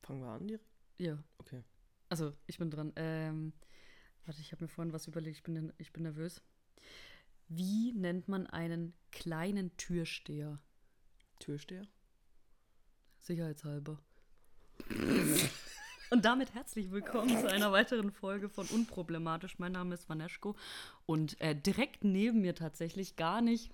Fangen wir an direkt? Ja. Okay. Also, ich bin dran. Warte, ich habe mir vorhin was überlegt. Ich bin nervös. Wie nennt man einen kleinen Türsteher? Türsteher? Sicherheitshalber. Und damit herzlich willkommen zu einer weiteren Folge von Unproblematisch. Mein Name ist Vaneschko und direkt neben mir tatsächlich gar nicht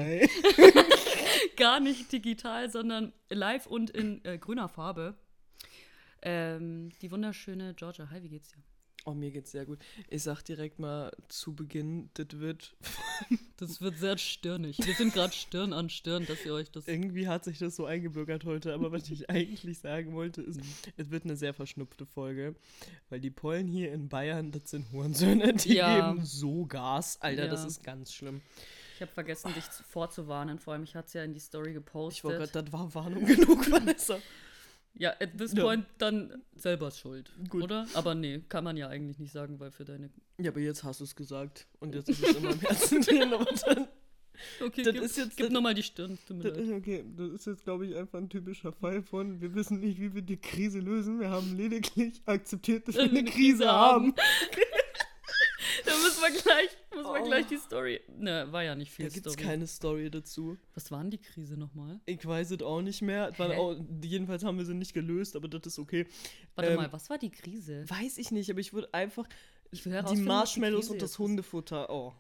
digital, sondern live und in grüner Farbe. Die wunderschöne Georgia. Hi, wie geht's dir? Oh, mir geht's sehr gut. Ich sag direkt mal zu Beginn, Das wird sehr stirnig. Wir sind gerade Stirn an Stirn, dass ihr euch das... Irgendwie hat sich das so eingebürgert heute, aber was ich eigentlich sagen wollte, ist, es wird eine sehr verschnupfte Folge, weil die Pollen hier in Bayern, das sind Hurensöhne, die geben so Gas. Alter, das ist ganz schlimm. Ich habe vergessen, dich vorzuwarnen. Vor allem, ich hatte es ja in die Story gepostet. Ich wollte gerade, das war Warnung genug, Vanessa. Ja, at this point dann selber schuld, gut. Oder? Aber nee, kann man ja eigentlich nicht sagen, weil für deine... Ja, aber jetzt hast du es gesagt und jetzt ist es in meinem Herzen drin, aber dann... Okay, gib nochmal die Stirn. Okay, das ist jetzt, glaube ich, einfach ein typischer Fall von, wir wissen nicht, wie wir die Krise lösen, wir haben lediglich akzeptiert, dass wir eine Krise haben. Da müssen wir gleich die Story... Ne, war ja nicht viel Story. Da gibt's keine Story dazu. Was war denn die Krise nochmal? Ich weiß es auch nicht mehr. Jedenfalls haben wir sie nicht gelöst, aber das ist okay. Warte mal, was war die Krise? Weiß ich nicht, aber ich würde einfach... die Marshmallows und das Hundefutter. Oh.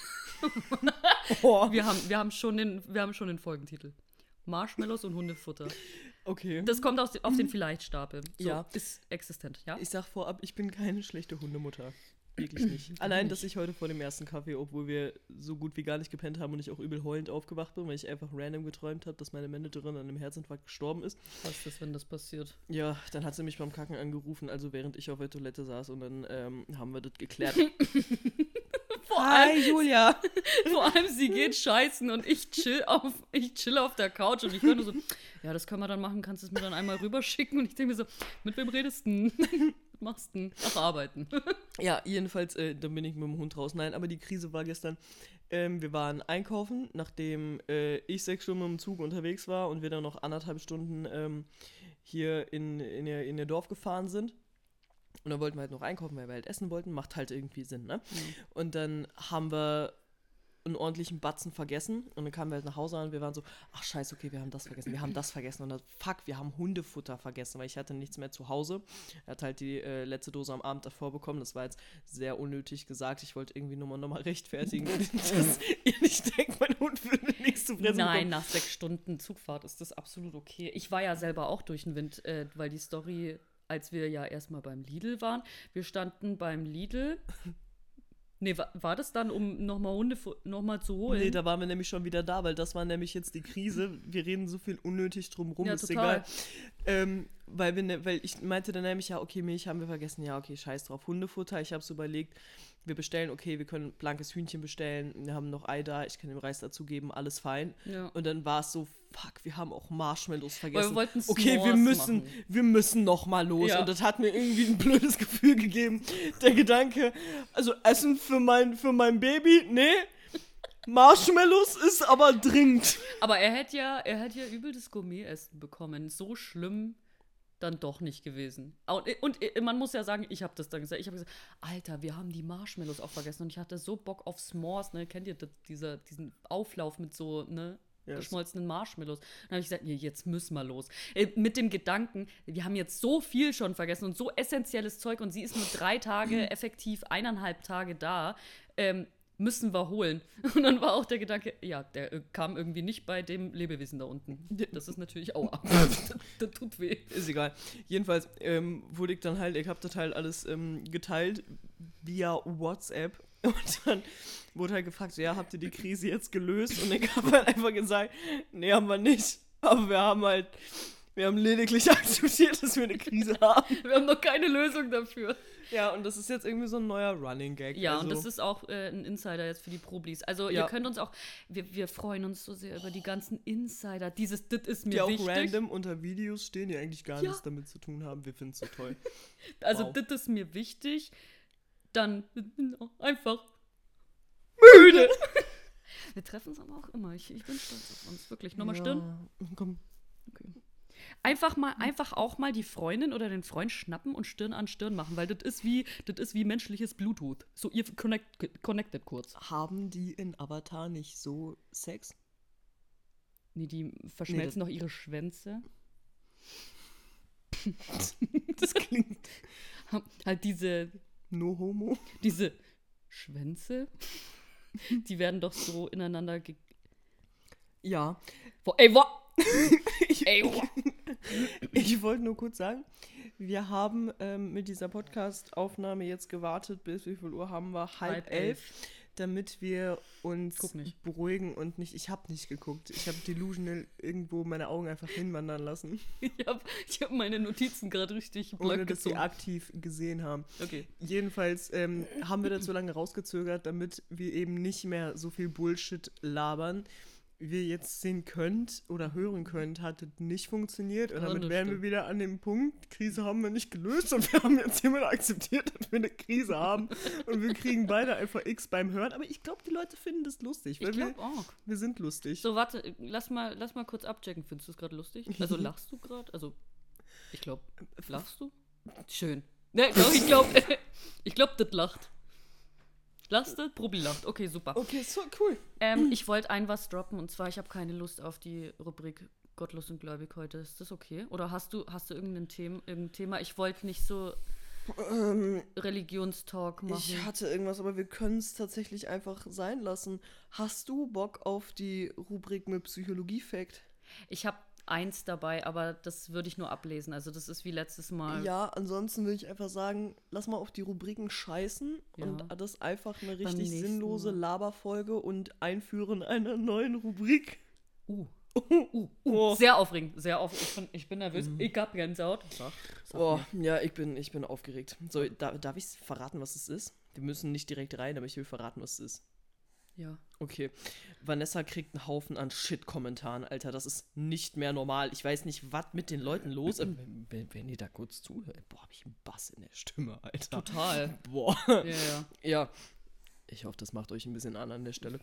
Wir haben schon den Folgentitel. Marshmallows und Hundefutter. Okay. Das kommt auf den Vielleicht-Stapel. So, ja. Ist existent, ja? Ich sag vorab, ich bin keine schlechte Hundemutter. Wirklich nicht. Allein, dass ich heute vor dem ersten Kaffee, obwohl wir so gut wie gar nicht gepennt haben und ich auch übel heulend aufgewacht bin, weil ich einfach random geträumt habe, dass meine Managerin an einem Herzinfarkt gestorben ist. Was ist das, wenn das passiert? Ja, dann hat sie mich beim Kacken angerufen, also während ich auf der Toilette saß und dann haben wir das geklärt. Hi, Julia! Vor allem, sie geht scheißen und ich chill auf der Couch und ich höre nur so, ja, das können wir dann machen, kannst du es mir dann einmal rüberschicken? Und ich denke mir so, mit wem redest du? Was machst du? Ach, arbeiten. Ja, jedenfalls, dann bin ich mit dem Hund raus. Nein, aber die Krise war gestern, wir waren einkaufen, nachdem ich 6 Stunden im Zug unterwegs war und wir dann noch 1,5 Stunden hier in ihr Dorf gefahren sind. Und dann wollten wir halt noch einkaufen, weil wir halt essen wollten. Macht halt irgendwie Sinn, ne? Mhm. Und dann haben wir einen ordentlichen Batzen vergessen. Und dann kamen wir halt nach Hause und wir waren so, ach scheiße, okay, wir haben das vergessen. Und dann, fuck, wir haben Hundefutter vergessen, weil ich hatte nichts mehr zu Hause. Er hat halt die letzte Dose am Abend davor bekommen. Das war jetzt sehr unnötig gesagt. Ich wollte irgendwie nur mal rechtfertigen, dass ihr nicht denkt, mein Hund würde nichts zu fressen Nein, bekommen. nach 6 Stunden Zugfahrt ist das absolut okay. Ich war ja selber auch durch den Wind, weil die Story... Als wir ja erstmal beim Lidl waren. Wir standen beim Lidl. Nee, war das dann, um nochmal zu holen? Nee, da waren wir nämlich schon wieder da, weil das war nämlich jetzt die Krise. Wir reden so viel unnötig drum rum, ja, ist total. Egal. Weil ich meinte dann nämlich, ja, okay, Milch haben wir vergessen. Ja, okay, scheiß drauf. Hundefutter, ich hab's überlegt. Wir bestellen, okay, wir können blankes Hühnchen bestellen. Wir haben noch Ei da, ich kann dem Reis dazugeben, alles fein. Ja. Und dann war es so, fuck, wir haben auch Marshmallows vergessen. Wir wollten okay, wir müssen noch mal los. Ja. Und das hat mir irgendwie ein blödes Gefühl gegeben. Der Gedanke, also Essen für mein Baby, nee. Marshmallows ist aber dringend. Aber er hätte ja übel das Gourmet-Essen bekommen. So schlimm dann doch nicht gewesen. Und man muss ja sagen, ich habe das dann gesagt. Ich habe gesagt, Alter, wir haben die Marshmallows auch vergessen. Und ich hatte so Bock auf S'mores, ne? Kennt ihr diesen Auflauf mit so, ne? Yes. Geschmolzenen Marshmallows. Dann habe ich gesagt, nee, jetzt müssen wir los. Mit dem Gedanken, wir haben jetzt so viel schon vergessen und so essentielles Zeug und sie ist nur 3 Tage, effektiv 1,5 Tage da. Müssen wir holen. Und dann war auch der Gedanke, ja, der kam irgendwie nicht bei dem Lebewesen da unten. Das ist natürlich auch das tut weh. Ist egal. Jedenfalls wurde ich dann halt, ich habe das halt alles geteilt via WhatsApp und dann wurde halt gefragt, so, ja, habt ihr die Krise jetzt gelöst? Und ich habe halt einfach gesagt, nee, haben wir nicht. Aber wir haben lediglich akzeptiert, dass wir eine Krise haben. Wir haben noch keine Lösung dafür. Ja, und das ist jetzt irgendwie so ein neuer Running Gag. Ja, also. Und das ist auch ein Insider jetzt für die Problis. Also ihr könnt uns auch, wir freuen uns so sehr über die ganzen Insider. Das ist mir wichtig. Die auch random unter Videos stehen, die eigentlich gar nichts damit zu tun haben. Wir finden es so toll. Also das ist mir wichtig. Dann einfach müde. Wir treffen uns aber auch immer. Ich bin stolz auf uns. Wirklich. Nochmal Stirn? Komm. Okay. Einfach auch mal die Freundin oder den Freund schnappen und Stirn an Stirn machen, weil das ist wie menschliches Bluetooth. So, ihr connected kurz. Haben die in Avatar nicht so Sex? Nee, die verschmelzen noch ihre Schwänze. Das klingt Halt diese no homo. Diese Schwänze, die werden doch so ineinander Ja. Ey, Ich wollte nur kurz sagen, wir haben mit dieser Podcast-Aufnahme jetzt gewartet, bis wie viel Uhr haben wir? 10:30, damit wir uns beruhigen und nicht, ich habe nicht geguckt. Ich habe delusional irgendwo meine Augen einfach hinwandern lassen. Ich hab meine Notizen gerade richtig blank ohne dass gezogen. sie aktiv gesehen haben. Okay. Jedenfalls haben wir das so lange rausgezögert, damit wir eben nicht mehr so viel Bullshit labern. Wie ihr jetzt sehen könnt oder hören könnt, hat das nicht funktioniert. Und damit wären wir wieder an dem Punkt, Krise haben wir nicht gelöst und wir haben jetzt immer akzeptiert, dass wir eine Krise haben. Und wir kriegen beide einfach X beim Hören. Aber ich glaube, die Leute finden das lustig. Weil ich glaube auch. Wir sind lustig. So, warte, lass mal kurz abchecken. Findest du es gerade lustig? Also lachst du gerade? Also, ich glaube, lachst du? Schön. Ne, doch, ich glaube, das lacht. Lachst du? Probi lacht. Okay, super. Okay, so cool. Ich wollte was droppen und zwar, ich habe keine Lust auf die Rubrik Gottlos und Gläubig heute. Ist das okay? Oder hast du irgendein Thema? Ich wollte nicht so Religionstalk machen. Ich hatte irgendwas, aber wir können es tatsächlich einfach sein lassen. Hast du Bock auf die Rubrik mit Psychologie-Fact? Ich habe eins dabei, aber das würde ich nur ablesen. Also das ist wie letztes Mal. Ja, ansonsten würde ich einfach sagen, lass mal auf die Rubriken scheißen und das einfach eine richtig sinnlose Laberfolge und Einführen einer neuen Rubrik. Sehr aufregend, sehr aufregend. Ich bin nervös. Ich hab Gänsehaut. Ja, ich bin aufgeregt. So, darf ich verraten, was es ist? Wir müssen nicht direkt rein, aber ich will verraten, was es ist. Ja. Okay. Vanessa kriegt einen Haufen an Shit-Kommentaren, Alter. Das ist nicht mehr normal. Ich weiß nicht, was mit den Leuten los ist. Wenn ihr da kurz zuhört. Boah, hab ich einen Bass in der Stimme, Alter. Total. Boah. Ja. Ich hoffe, das macht euch ein bisschen an der Stelle.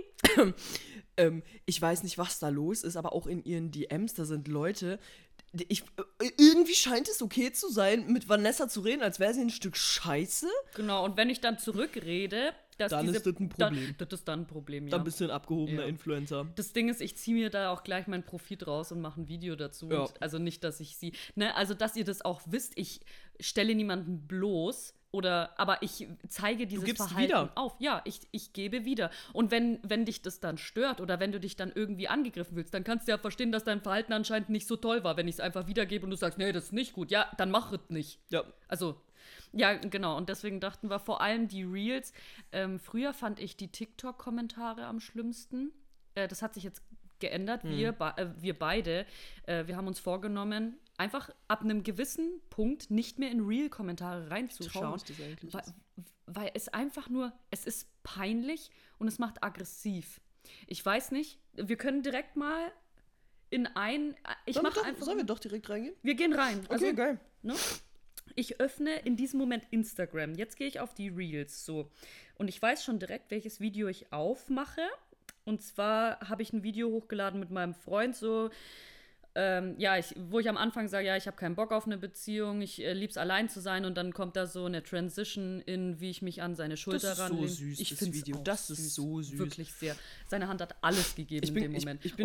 Ich weiß nicht, was da los ist, aber auch in ihren DMs, da sind Leute. Irgendwie scheint es okay zu sein, mit Vanessa zu reden, als wäre sie ein Stück Scheiße. Genau, und wenn ich dann zurückrede, dann ist das ein Problem. Das ist dann ein Problem, ja. Dann bist du ein abgehobener Influencer. Das Ding ist, ich ziehe mir da auch gleich meinen Profit raus und mache ein Video dazu. Ja. Und also nicht, dass ich sie, also dass ihr das auch wisst, ich stelle niemanden bloß, aber ich zeige dieses Verhalten wieder auf. Ja, ich gebe wieder. Und wenn dich das dann stört oder wenn du dich dann irgendwie angegriffen fühlst, dann kannst du ja verstehen, dass dein Verhalten anscheinend nicht so toll war. Wenn ich es einfach wiedergebe und du sagst, nee, das ist nicht gut, ja, dann mach es nicht. Ja. Also, ja, genau. Und deswegen dachten wir vor allem die Reels. Früher fand ich die TikTok-Kommentare am schlimmsten. Das hat sich jetzt geändert. Wir beide, wir haben uns vorgenommen, einfach ab einem gewissen Punkt nicht mehr in Reel-Kommentare reinzuschauen. Weil es einfach nur, es ist peinlich und es macht aggressiv. Ich weiß nicht, wir können direkt mal Sollen wir doch direkt reingehen? Wir gehen rein. Okay, geil. Ne? Ich öffne in diesem Moment Instagram. Jetzt gehe ich auf die Reels. So. Und ich weiß schon direkt, welches Video ich aufmache. Und zwar habe ich ein Video hochgeladen mit meinem Freund, so, wo ich am Anfang sage, ja, ich habe keinen Bock auf eine Beziehung, ich lieb's allein zu sein, und dann kommt da so eine Transition in, wie ich mich an seine Schulter ranlehne. Das ist so süß, ich das Video. Das ist so süß. Wirklich sehr. Seine Hand hat alles gegeben in dem Moment. Ich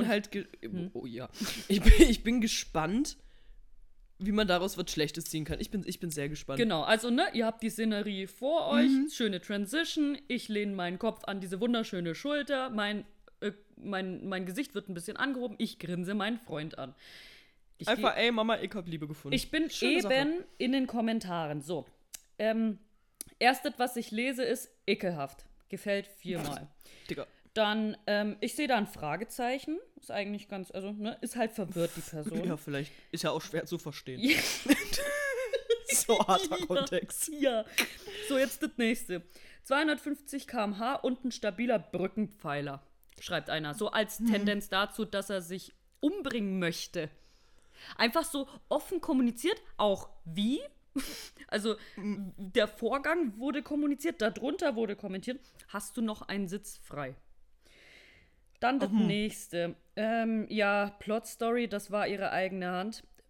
bin gespannt, wie man daraus was Schlechtes ziehen kann. Ich bin sehr gespannt. Genau, also ihr habt die Szenerie vor euch, schöne Transition, ich lehne meinen Kopf an diese wunderschöne Schulter, mein Gesicht wird ein bisschen angehoben, ich grinse meinen Freund an. Ey Mama, ich hab Liebe gefunden. Ich bin eben in den Kommentaren. So, erstes, was ich lese, ist ekelhaft. Gefällt 4-mal. Digga. Dann, ich sehe da ein Fragezeichen. Ist eigentlich ganz, ist halt verwirrt, die Person. Ja, vielleicht. Ist ja auch schwer zu verstehen. Ja. So harter Kontext. Ja. So, jetzt das nächste. 250 km/h und ein stabiler Brückenpfeiler, schreibt einer. So als Tendenz dazu, dass er sich umbringen möchte. Einfach so offen kommuniziert, auch wie. Also der Vorgang wurde kommuniziert, darunter wurde kommentiert, hast du noch einen Sitz frei? Dann das nächste. Plot Story, das war ihre eigene Hand.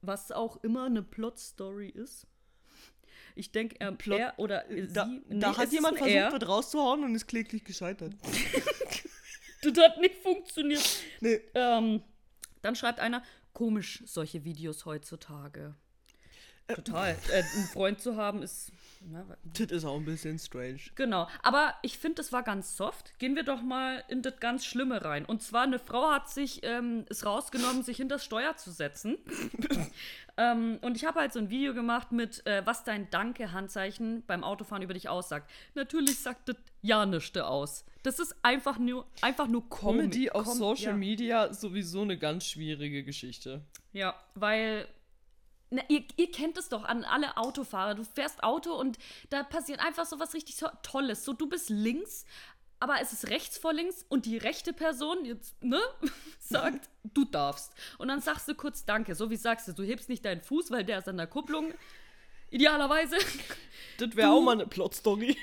was auch immer eine Plot-Story ist. Ich denke, er oder Da sie... hat jemand versucht, das rauszuhauen und ist kläglich gescheitert. Das hat nicht funktioniert. Nee. Dann schreibt einer, komisch, solche Videos heutzutage. Total. Einen Freund zu haben ist... Das ist auch ein bisschen strange. Genau, aber ich finde, das war ganz soft. Gehen wir doch mal in das ganz Schlimme rein. Und zwar, eine Frau hat sich es rausgenommen, sich hinter das Steuer zu setzen. Und ich habe halt so ein Video gemacht mit, was dein Danke-Handzeichen beim Autofahren über dich aussagt. Natürlich sagt das ja nichts aus. Das ist einfach nur Comedy auf Social Media sowieso eine ganz schwierige Geschichte. Ja, weil... Na, ihr kennt es doch an alle Autofahrer. Du fährst Auto und da passiert einfach so was richtig Tolles. So, du bist links, aber es ist rechts vor links und die rechte Person jetzt, sagt, du darfst. Und dann sagst du kurz Danke. So wie sagst du hebst nicht deinen Fuß, weil der ist an der Kupplung. Idealerweise. Das wäre auch mal eine Plot-Story.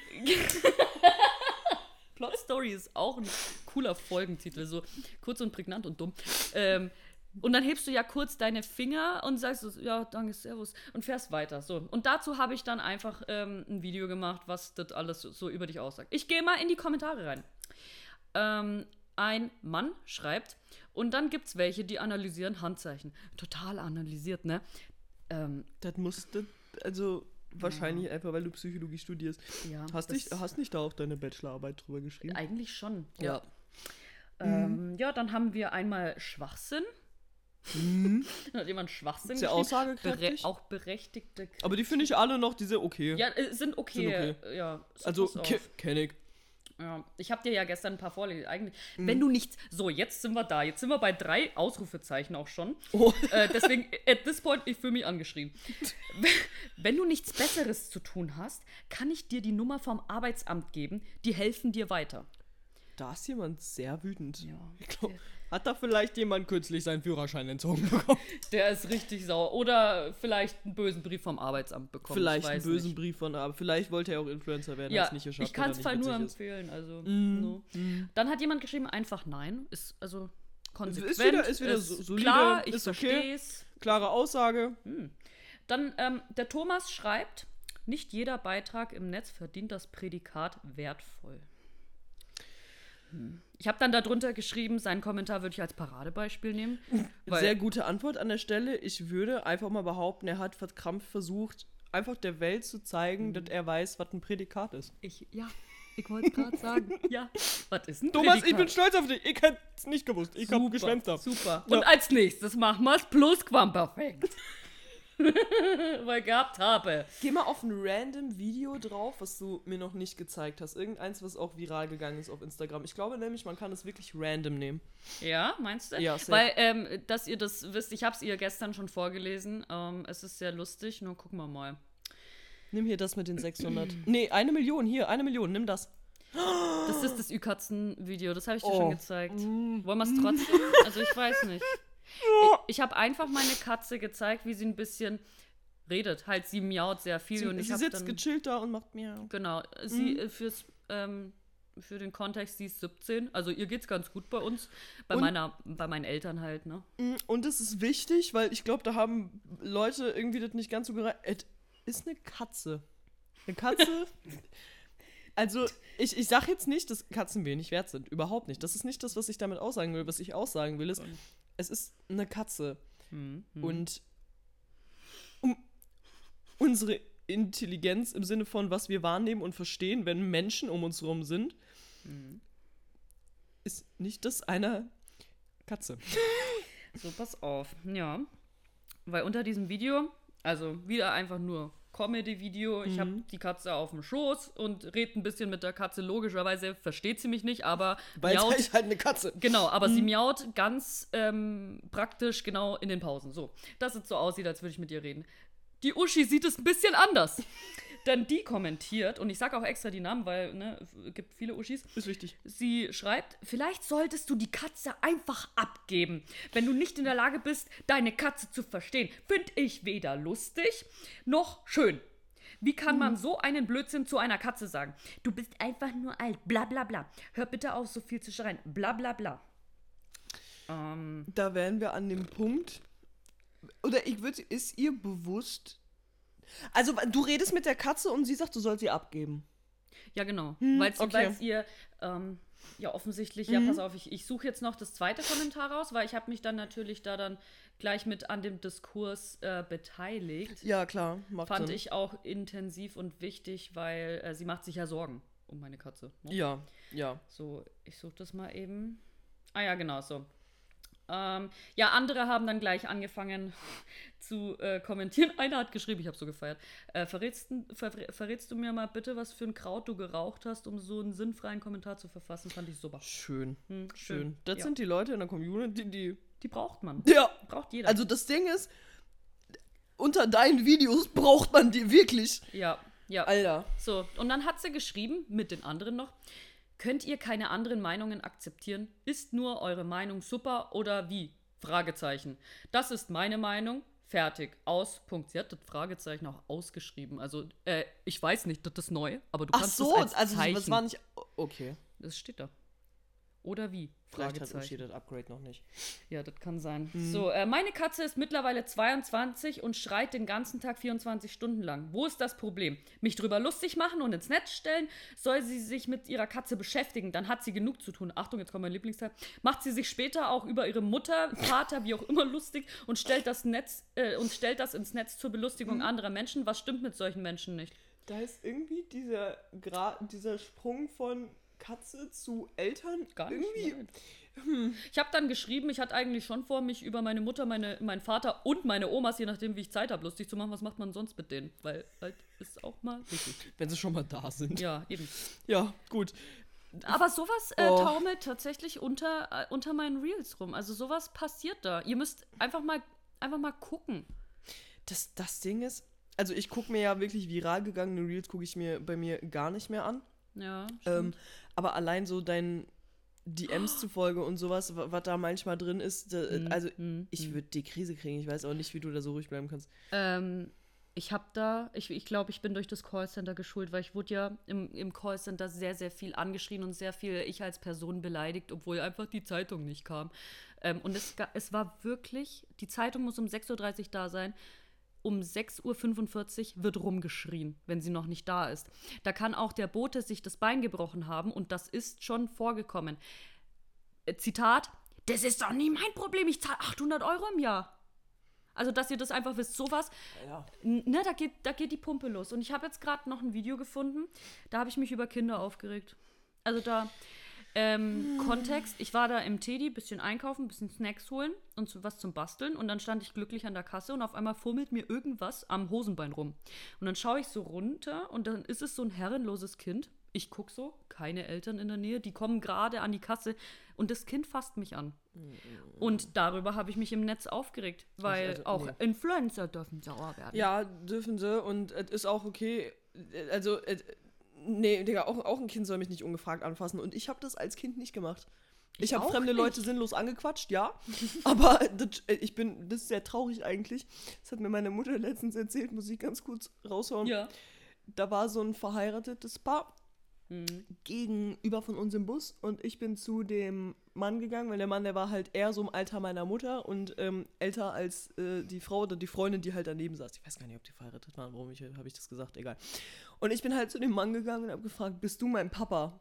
Plot-Story ist auch ein cooler Folgentitel. So kurz und prägnant und dumm. Und dann hebst du ja kurz deine Finger und sagst so, ja, danke, servus, und fährst weiter. So. Und dazu habe ich dann einfach ein Video gemacht, was das alles so über dich aussagt. Ich gehe mal in die Kommentare rein. Ein Mann schreibt, und dann gibt es welche, die analysieren Handzeichen. Total analysiert, ne? Das musste, also wahrscheinlich einfach, weil du Psychologie studierst. Ja, Hast nicht da auch deine Bachelorarbeit drüber geschrieben? Eigentlich schon. Ja. Ja, dann haben wir einmal Schwachsinn. Dann hat jemand Schwachsinn Ist ja geschrieben. aussagekräftig. Auch berechtigte Kritik. Aber die finde ich alle noch, diese okay. Ja, sind okay. Ja, also, pass auf. kenn ich. Ja, ich habe dir ja gestern ein paar vorgelesen. Eigentlich, wenn du nichts... So, jetzt sind wir da. Jetzt sind wir bei 3 Ausrufezeichen auch schon. Oh. Deswegen, at this point, ich fühle mich angeschrieben. Wenn du nichts Besseres zu tun hast, kann ich dir die Nummer vom Arbeitsamt geben. Die helfen dir weiter. Da ist jemand sehr wütend. Ja. Ich glaube, hat da vielleicht jemand kürzlich seinen Führerschein entzogen bekommen? Der ist richtig sauer. Oder vielleicht einen bösen Brief vom Arbeitsamt bekommen. Vielleicht einen bösen Brief von, aber vielleicht wollte er auch Influencer werden, ja, es nicht geschafft. Ich kann es nur empfehlen. Also, no. Dann hat jemand geschrieben, einfach nein. Ist also konsequent. Ist wieder solide, klar, ich ist verstehe es. Okay. Klare Aussage. Dann der Thomas schreibt, nicht jeder Beitrag im Netz verdient das Prädikat wertvoll. Ich habe dann darunter geschrieben, seinen Kommentar würde ich als Paradebeispiel nehmen. Sehr gute Antwort an der Stelle. Ich würde einfach mal behaupten, er hat verkrampft versucht, einfach der Welt zu zeigen, dass er weiß, was ein Prädikat ist. Ich wollte es gerade sagen. Ja. Was ist ein Thomas, Prädikat? ich bin stolz auf dich. Ich hätte es nicht gewusst. Ich habe geschwänzt. Super. Ja. Und als nächstes machen wir es Plusquamperfekt. Weil gehabt habe. Geh mal auf ein random Video drauf, was du mir noch nicht gezeigt hast. Irgendeins, was auch viral gegangen ist auf Instagram. Ich glaube nämlich, man kann es wirklich random nehmen. Ja, meinst du? Ja, safe. Weil, dass ihr das wisst, ich habe es ihr gestern schon vorgelesen. Es ist sehr lustig, nur gucken wir mal. Nimm hier das mit den 600. Nee, 1 Million, hier, 1 Million, nimm das. Das ist das Ü-Katzen-Video, das habe ich dir schon gezeigt. Wollen wir es trotzdem? Also ich weiß nicht. Ich habe einfach meine Katze gezeigt, wie sie ein bisschen redet. Halt, sie miaut sehr viel. Und sie sitzt gechillt da und macht miau. Genau. Sie für den Kontext, sie ist 17. Also ihr geht's ganz gut bei uns. Bei meinen Eltern halt, ne? Und das ist wichtig, weil ich glaube, da haben Leute irgendwie das nicht ganz so gereicht. Es ist eine Katze. Eine Katze... Also, ich sag jetzt nicht, dass Katzen wenig wert sind. Überhaupt nicht. Das ist nicht das, was ich damit aussagen will. Was ich aussagen will, ist, es ist eine Katze. Und unsere Intelligenz im Sinne von, was wir wahrnehmen und verstehen, wenn Menschen um uns herum sind, ist nicht das einer Katze. So, pass auf. Ja. Weil unter diesem Video, also wieder einfach nur Comedy-Video. Ich habe die Katze auf dem Schoß und rede ein bisschen mit der Katze. Logischerweise versteht sie mich nicht, aber weil es ist halt eine Katze. Genau, aber sie miaut ganz praktisch genau in den Pausen. So, dass es so aussieht, als würde ich mit ihr reden. Die Uschi sieht es ein bisschen anders. Denn die kommentiert, und ich sage auch extra die Namen, weil, ne, es gibt viele Uschis. Ist wichtig. Sie schreibt, vielleicht solltest du die Katze einfach abgeben, wenn du nicht in der Lage bist, deine Katze zu verstehen. Finde ich weder lustig noch schön. Wie kann man so einen Blödsinn zu einer Katze sagen? Du bist einfach nur alt, bla bla bla. Hör bitte auf, so viel zu schreien, bla bla bla. Da wären wir an dem Punkt, Oder ist ihr bewusst... Also, du redest mit der Katze und sie sagt, du sollst sie abgeben. Ja, genau. okay. Weil es ihr, ja, offensichtlich, ja, pass auf, ich suche jetzt noch das zweite Kommentar raus, weil ich habe mich dann natürlich da dann gleich mit an dem Diskurs beteiligt. Ja, klar, Fand Sinn. ich auch intensiv und wichtig, weil sie macht sich ja Sorgen um meine Katze. Ne? Ja. So, ich suche das mal eben. Ah ja, genau, so. Ja, andere haben dann gleich angefangen zu kommentieren. Einer hat geschrieben, ich habe so gefeiert. Verrätst du mir mal bitte, was für ein Kraut du geraucht hast, um so einen sinnfreien Kommentar zu verfassen? Fand ich super. Schön. Schön. Das Ja. sind die Leute in der Community, Die braucht man. Ja. Braucht jeder. Also das Ding ist, unter deinen Videos braucht man die wirklich. Ja. Alter. So, und dann hat sie geschrieben, mit den anderen noch, könnt ihr keine anderen Meinungen akzeptieren? Ist nur eure Meinung super oder wie? Fragezeichen. Das ist meine Meinung. Fertig. Aus. Punkt. Sie hat das Fragezeichen auch ausgeschrieben. Also, ich weiß nicht, das ist neu, aber du kannst es als Zeichen. Das war nicht... Okay. Das steht da. Oder wie? Vielleicht hat Uschi das Upgrade noch nicht. Ja, das kann sein. So, meine Katze ist mittlerweile 22 und schreit den ganzen Tag 24 Stunden lang. Wo ist das Problem? Mich drüber lustig machen und ins Netz stellen? Soll sie sich mit ihrer Katze beschäftigen? Dann hat sie genug zu tun. Achtung, jetzt kommt mein Lieblingsteil. Macht sie sich später auch über ihre Mutter, Vater, wie auch immer lustig und stellt das ins Netz zur Belustigung anderer Menschen? Was stimmt mit solchen Menschen nicht? Da ist irgendwie dieser Sprung von Katze zu Eltern Gar nicht. irgendwie. Ich habe dann geschrieben, ich hatte eigentlich schon vor, mich über meine Mutter, meinen Vater und meine Omas, je nachdem, wie ich Zeit habe, lustig zu machen. Was macht man sonst mit denen? Weil halt ist auch mal wichtig. Wenn sie schon mal da sind. Ja, eben. Ja, gut. Aber sowas taumelt tatsächlich unter meinen Reels rum. Also sowas passiert da. Ihr müsst einfach mal gucken. Das Ding ist, also ich gucke mir ja wirklich viral gegangene Reels, gucke ich mir bei mir gar nicht mehr an. Ja, stimmt. Aber allein so deinen DMs zufolge und sowas, was da manchmal drin ist, ich würde die Krise kriegen. Ich weiß auch nicht, wie du da so ruhig bleiben kannst. Ich glaube, ich bin durch das Callcenter geschult, weil ich wurde ja im Callcenter sehr, sehr viel angeschrien und sehr viel ich als Person beleidigt, obwohl einfach die Zeitung nicht kam. Und es war wirklich, die Zeitung muss um 6:30 Uhr da sein. Um 6:45 Uhr wird rumgeschrien, wenn sie noch nicht da ist. Da kann auch der Bote sich das Bein gebrochen haben und das ist schon vorgekommen. Zitat, das ist doch nie mein Problem, ich zahle 800 Euro im Jahr. Also, dass ihr das einfach wisst, sowas, Ja. Ne, da geht die Pumpe los. Und ich habe jetzt gerade noch ein Video gefunden, da habe ich mich über Kinder aufgeregt. Also da, Kontext, ich war da im Teddy, bisschen einkaufen, bisschen Snacks holen und was zum Basteln und dann stand ich glücklich an der Kasse und auf einmal fummelt mir irgendwas am Hosenbein rum. Und dann schaue ich so runter und dann ist es so ein herrenloses Kind. Ich gucke so, keine Eltern in der Nähe, die kommen gerade an die Kasse und das Kind fasst mich an. Und darüber habe ich mich im Netz aufgeregt, weil auch Influencer dürfen sauer werden. Ja, dürfen sie und es ist auch okay. Also, nee, Digga, auch ein Kind soll mich nicht ungefragt anfassen und ich habe das als Kind nicht gemacht. Ich habe fremde Leute sinnlos angequatscht, ja, aber das ist sehr traurig eigentlich. Das hat mir meine Mutter letztens erzählt, muss ich ganz kurz raushauen. Ja. Da war so ein verheiratetes Paar gegenüber von uns im Bus und ich bin zu dem Mann gegangen, weil der Mann, der war halt eher so im Alter meiner Mutter und älter als die Frau oder die Freundin, die halt daneben saß. Ich weiß gar nicht, ob die verheiratet waren, warum habe ich das gesagt, egal. Und ich bin halt zu dem Mann gegangen und habe gefragt, bist du mein Papa?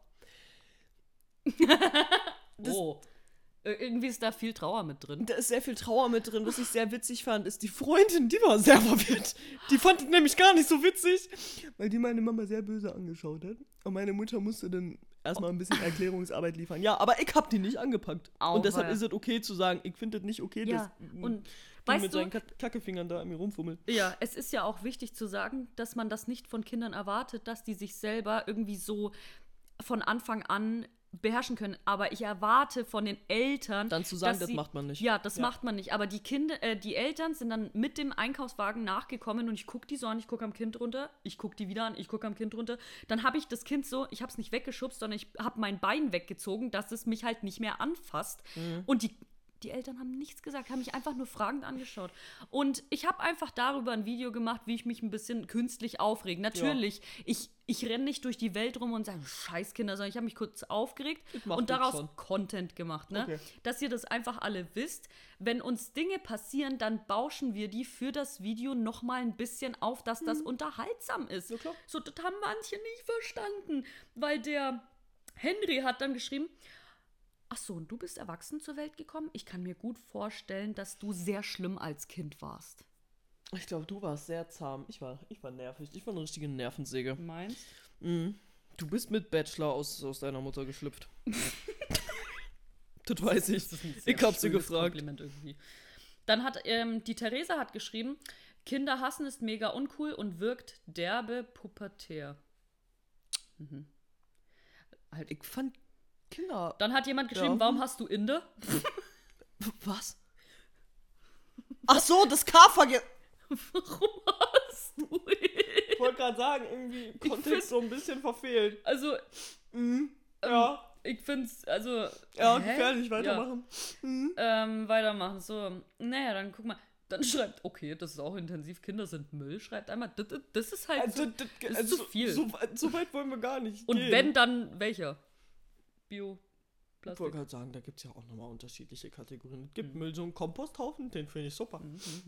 Irgendwie ist da viel Trauer mit drin. Da ist sehr viel Trauer mit drin. Was ich sehr witzig fand, ist die Freundin, die war sehr verwirrt. Die fand es nämlich gar nicht so witzig, weil die meine Mama sehr böse angeschaut hat. Und meine Mutter musste dann erstmal ein bisschen Erklärungsarbeit liefern. Ja, aber ich hab die nicht angepackt. Und deshalb ist es okay zu sagen, ich finde es nicht okay, dass und du mit seinen Kackefingern da an mir rumfummelst. Ja, es ist ja auch wichtig zu sagen, dass man das nicht von Kindern erwartet, dass die sich selber irgendwie so von Anfang an beherrschen können, aber ich erwarte von den Eltern, dann zu sagen, das macht man nicht. Ja, das macht man nicht, aber die Eltern sind dann mit dem Einkaufswagen nachgekommen und ich gucke die so an, ich gucke am Kind runter, ich gucke die wieder an, ich gucke am Kind runter, dann habe ich das Kind so, ich habe es nicht weggeschubst, sondern ich habe mein Bein weggezogen, dass es mich halt nicht mehr anfasst und Die Eltern haben nichts gesagt, haben mich einfach nur fragend angeschaut. Und ich habe einfach darüber ein Video gemacht, wie ich mich ein bisschen künstlich aufrege. Natürlich, ich renne nicht durch die Welt rum und sage, scheiß Kinder, sondern ich habe mich kurz aufgeregt und daraus Content gemacht. Ne? Okay. Dass ihr das einfach alle wisst. Wenn uns Dinge passieren, dann bauschen wir die für das Video nochmal ein bisschen auf, dass das unterhaltsam ist. Ja, klar. So, das haben manche nicht verstanden. Weil der Henry hat dann geschrieben, ach so, und du bist erwachsen zur Welt gekommen? Ich kann mir gut vorstellen, dass du sehr schlimm als Kind warst. Ich glaube, du warst sehr zahm. Ich war nervig. Ich war eine richtige Nervensäge. Meinst? Mhm. Du bist mit Bachelor aus deiner Mutter geschlüpft. Das weiß ich. Das ich hab sie gefragt. Kompliment irgendwie. Dann hat die Theresa hat geschrieben, Kinder hassen ist mega uncool und wirkt derbe pubertär. Mhm. Halt, ich fand Kinder. Dann hat jemand geschrieben, warum hast du Inde? Was? Ach so, das K vergessen. Warum hast du Inde? Ich wollte gerade sagen, irgendwie Kontext so ein bisschen verfehlt. Also, ja. Ich find's, also. Ja, gefährlich, weitermachen. Ja. Weitermachen, so. Naja, dann guck mal. Dann schreibt, okay, das ist auch intensiv, Kinder sind Müll, schreibt einmal, das ist halt ist zu viel. So weit wollen wir gar nicht Und gehen. Wenn, dann welcher? Bio, Plastik. Ich wollte gerade sagen, da gibt es ja auch nochmal unterschiedliche Kategorien. Es gibt Müll, so einen Komposthaufen, den finde ich super.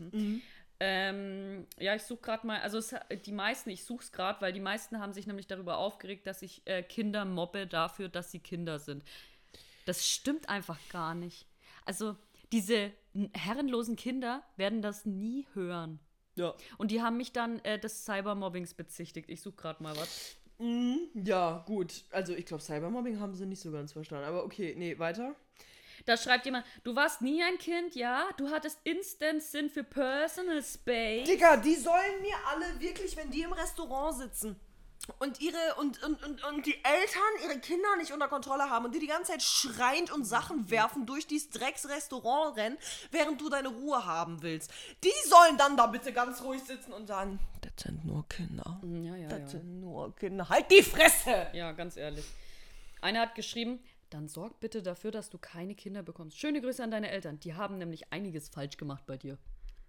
Ja, ich suche gerade mal, also ich suche es gerade, weil die meisten haben sich nämlich darüber aufgeregt, dass ich Kinder mobbe dafür, dass sie Kinder sind. Das stimmt einfach gar nicht. Also diese herrenlosen Kinder werden das nie hören. Ja. Und die haben mich dann des Cybermobbings bezichtigt. Ich suche gerade mal was. Ja, gut. Also ich glaube, Cybermobbing haben sie nicht so ganz verstanden. Aber okay, nee, weiter. Da schreibt jemand, du warst nie ein Kind, ja? Du hattest Instant Sinn für Personal Space. Digga, die sollen mir alle wirklich, wenn die im Restaurant sitzen und die Eltern ihre Kinder nicht unter Kontrolle haben und die ganze Zeit schreiend und Sachen werfen, durch dieses Drecksrestaurant rennen, während du deine Ruhe haben willst. Die sollen dann da bitte ganz ruhig sitzen und sagen, das sind nur Kinder. Das sind nur Kinder. Halt die Fresse! Ja, ganz ehrlich. Einer hat geschrieben, dann sorg bitte dafür, dass du keine Kinder bekommst. Schöne Grüße an deine Eltern. Die haben nämlich einiges falsch gemacht bei dir.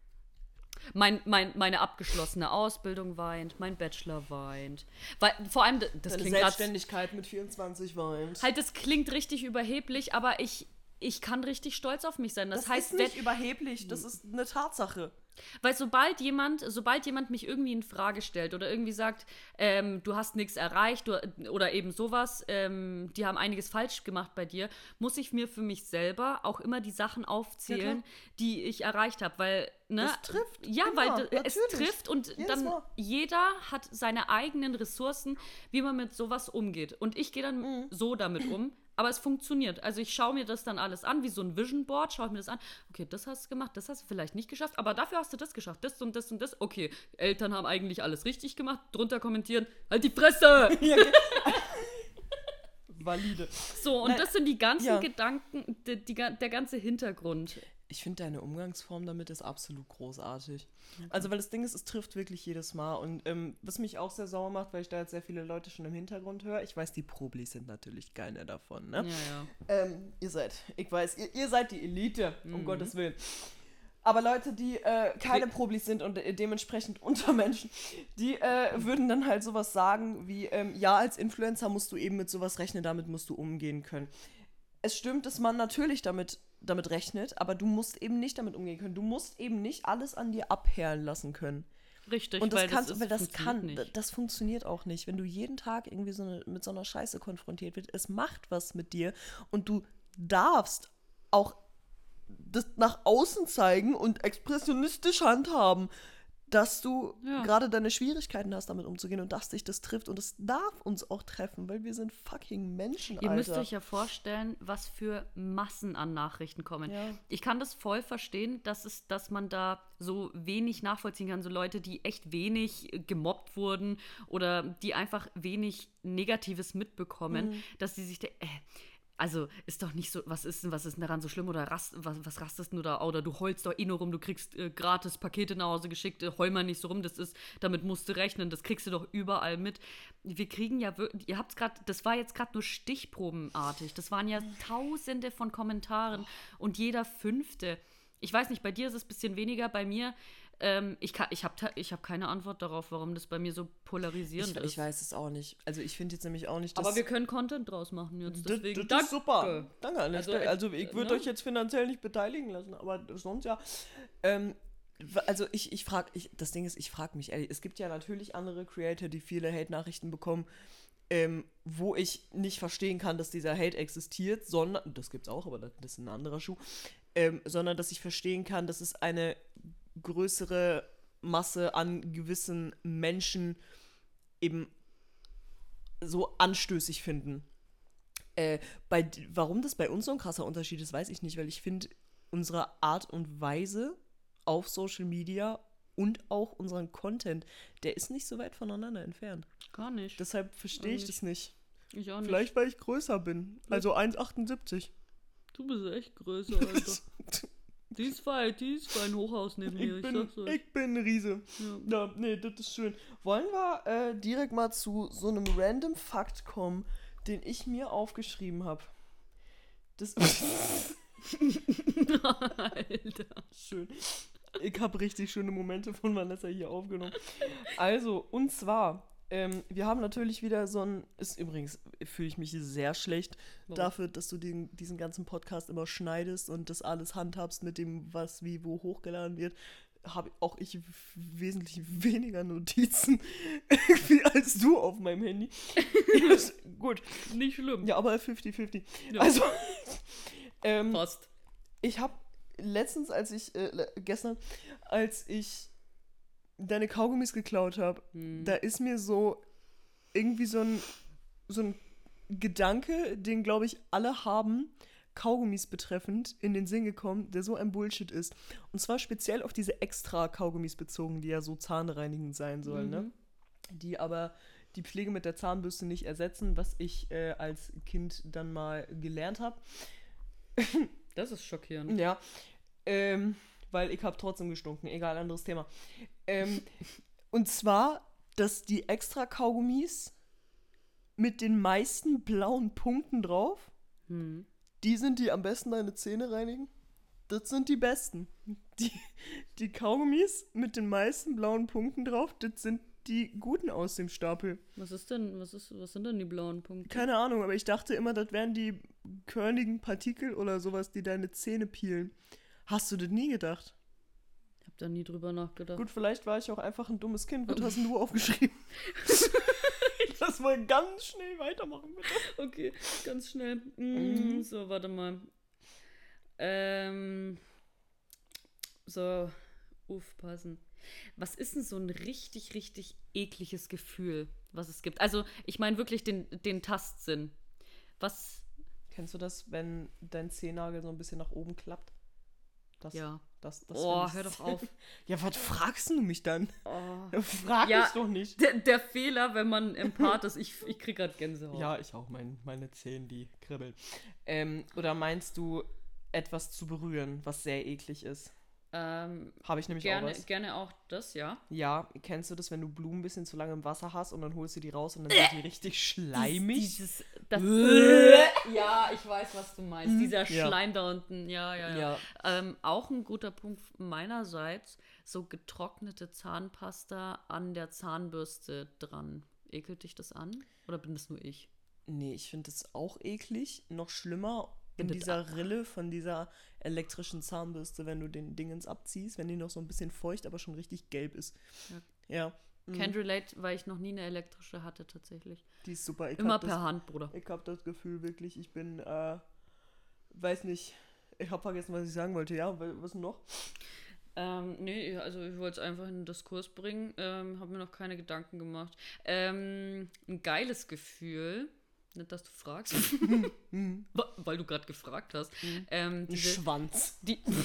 Meine abgeschlossene Ausbildung weint, mein Bachelor weint. Weil, vor allem, das deine klingt Selbstständigkeit mit 24 weint. Halt, das klingt richtig überheblich, aber ich kann richtig stolz auf mich sein. Das heißt, ist nicht überheblich, das ist eine Tatsache. Weil sobald jemand mich irgendwie in Frage stellt oder irgendwie sagt, du hast nichts erreicht oder eben sowas, die haben einiges falsch gemacht bei dir, muss ich mir für mich selber auch immer die Sachen aufzählen, die ich erreicht habe, weil, ne? Das trifft. Ja, immer, weil es trifft und jedes dann Mal. Jeder hat seine eigenen Ressourcen, wie man mit sowas umgeht. Und ich gehe dann so damit um. Aber es funktioniert. Also ich schaue mir das dann alles an, wie so ein Vision Board, schaue ich mir das an. Okay, das hast du gemacht, das hast du vielleicht nicht geschafft, aber dafür hast du das geschafft, das und das und das. Okay, Eltern haben eigentlich alles richtig gemacht. Drunter kommentieren, halt die Fresse! Valide. So, und das sind die ganzen Gedanken, der ganze Hintergrund. Ich finde, deine Umgangsform damit ist absolut großartig. Okay. Also, weil das Ding ist, es trifft wirklich jedes Mal. Und was mich auch sehr sauer macht, weil ich da jetzt sehr viele Leute schon im Hintergrund höre, ich weiß, die Problis sind natürlich keine davon, ne? Ja. Ihr seid die Elite, um Gottes Willen. Aber Leute, die keine Problis sind und dementsprechend Untermenschen, die würden dann halt sowas sagen wie, ja, als Influencer musst du eben mit sowas rechnen, damit musst du umgehen können. Es stimmt, dass man natürlich damit rechnet, aber du musst eben nicht damit umgehen können. Du musst eben nicht alles an dir abperlen lassen können. Richtig, und das funktioniert auch nicht. Wenn du jeden Tag irgendwie mit so einer Scheiße konfrontiert wirst, es macht was mit dir und du darfst auch das nach außen zeigen und expressionistisch handhaben, dass du gerade deine Schwierigkeiten hast, damit umzugehen und dass dich das trifft. Und es darf uns auch treffen, weil wir sind fucking Menschen, Alter. Ihr müsst euch ja vorstellen, was für Massen an Nachrichten kommen. Ja. Ich kann das voll verstehen, dass man da so wenig nachvollziehen kann. So Leute, die echt wenig gemobbt wurden oder die einfach wenig Negatives mitbekommen, dass die sich Also, ist doch nicht so, was ist denn daran so schlimm? Oder was rastest du da? Oder du heulst doch eh nur rum, du kriegst gratis Pakete nach Hause geschickt, heul mal nicht so rum, damit musst du rechnen, das kriegst du doch überall mit. Wir kriegen ja wirklich, das war jetzt gerade nur stichprobenartig, das waren ja tausende von Kommentaren und jeder 5. Ich weiß nicht, bei dir ist es ein bisschen weniger, bei mir, ich hab keine Antwort darauf, warum das bei mir so polarisierend ist. Ich weiß es auch nicht. Also ich finde jetzt nämlich auch nicht, dass... Aber wir können Content draus machen jetzt, deswegen Das ist super. Danke. Also, Ich würde euch jetzt finanziell nicht beteiligen lassen, aber sonst ja. Also das Ding ist, ich frage mich ehrlich, es gibt ja natürlich andere Creator, die viele Hate-Nachrichten bekommen, wo ich nicht verstehen kann, dass dieser Hate existiert, sondern, das gibt's auch, aber das ist ein anderer Schuh, sondern dass ich verstehen kann, dass es eine größere Masse an gewissen Menschen eben so anstößig finden. Warum das bei uns so ein krasser Unterschied ist, weiß ich nicht, weil ich finde, unsere Art und Weise auf Social Media und auch unseren Content, der ist nicht so weit voneinander entfernt. Gar nicht. Deshalb verstehe ich das nicht. Ich auch nicht. Vielleicht, weil ich größer bin. Also 1,78. Du bist echt größer, Alter. Die ist fein, ein Hochhaus neben mir, ich sag's euch. Ich bin ein Riese. Ja, nee, das ist schön. Wollen wir direkt mal zu so einem random Fakt kommen, den ich mir aufgeschrieben habe? Das Alter. Schön. Ich habe richtig schöne Momente von Vanessa hier aufgenommen. Also, und zwar, wir haben natürlich wieder so ein, übrigens fühle ich mich sehr schlecht dafür, dass du diesen ganzen Podcast immer schneidest und das alles handhabst mit dem, was wie wo hochgeladen wird. Habe auch ich wesentlich weniger Notizen als du auf meinem Handy. Gut. Nicht schlimm. Ja, aber 50-50. Ja. Also, fast. Ich habe letztens, gestern, als ich deine Kaugummis geklaut habe, da ist mir so irgendwie so ein Gedanke, den, glaube ich, alle haben, Kaugummis betreffend, in den Sinn gekommen, der so ein Bullshit ist. Und zwar speziell auf diese extra Kaugummis bezogen, die ja so zahnreinigend sein sollen, ne? Die aber die Pflege mit der Zahnbürste nicht ersetzen, was ich als Kind dann mal gelernt habe. Das ist schockierend. Ja, weil ich habe trotzdem gestunken. Egal, anderes Thema. Und zwar, dass die extra Kaugummis mit den meisten blauen Punkten drauf, die sind, die am besten deine Zähne reinigen. Das sind die besten. Die Kaugummis mit den meisten blauen Punkten drauf, das sind die guten aus dem Stapel. Was sind denn die blauen Punkte? Keine Ahnung, aber ich dachte immer, das wären die körnigen Partikel oder sowas, die deine Zähne peelen. Hast du das nie gedacht? Ich hab da nie drüber nachgedacht. Gut, vielleicht war ich auch einfach ein dummes Kind. Was hast denn du aufgeschrieben? Lass mal ganz schnell weitermachen, bitte. Okay, ganz schnell. So, warte mal. So, aufpassen. Was ist denn so ein richtig, richtig ekliges Gefühl, was es gibt? Also, ich meine wirklich den Tastsinn. Was? Kennst du das, wenn dein Zehennagel so ein bisschen nach oben klappt? Ja. Das Hör doch auf. Ja, was fragst du mich dann? Oh. Frag mich doch nicht. Der Fehler, wenn man Empath ist, ich krieg grad Gänsehaut. Ja, ich auch. Meine Zähne, die kribbeln. Oder meinst du, etwas zu berühren, was sehr eklig ist? Habe ich nämlich auch was. Gerne auch das, ja. Ja, kennst du das, wenn du Blumen ein bisschen zu lange im Wasser hast und dann holst du die raus und dann sind die richtig schleimig? Ja, ich weiß, was du meinst. Dieser Schleim da unten, ja. Auch ein guter Punkt meinerseits, so getrocknete Zahnpasta an der Zahnbürste dran. Ekelt dich das an? Oder bin das nur ich? Nee, ich finde das auch eklig. Noch schlimmer in dieser Rille von dieser elektrischen Zahnbürste, wenn du den Dingens abziehst, wenn die noch so ein bisschen feucht, aber schon richtig gelb ist. Ja. Can't relate, weil ich noch nie eine elektrische hatte, tatsächlich. Die ist super. Immer per Hand, Bruder. Ich habe das Gefühl wirklich, ich bin, weiß nicht, ich habe vergessen, was ich sagen wollte. Ja, was noch? Nee, also ich wollte es einfach in den Diskurs bringen, habe mir noch keine Gedanken gemacht. Ein geiles Gefühl, nicht, dass du fragst, weil du gerade gefragt hast. Schwanz.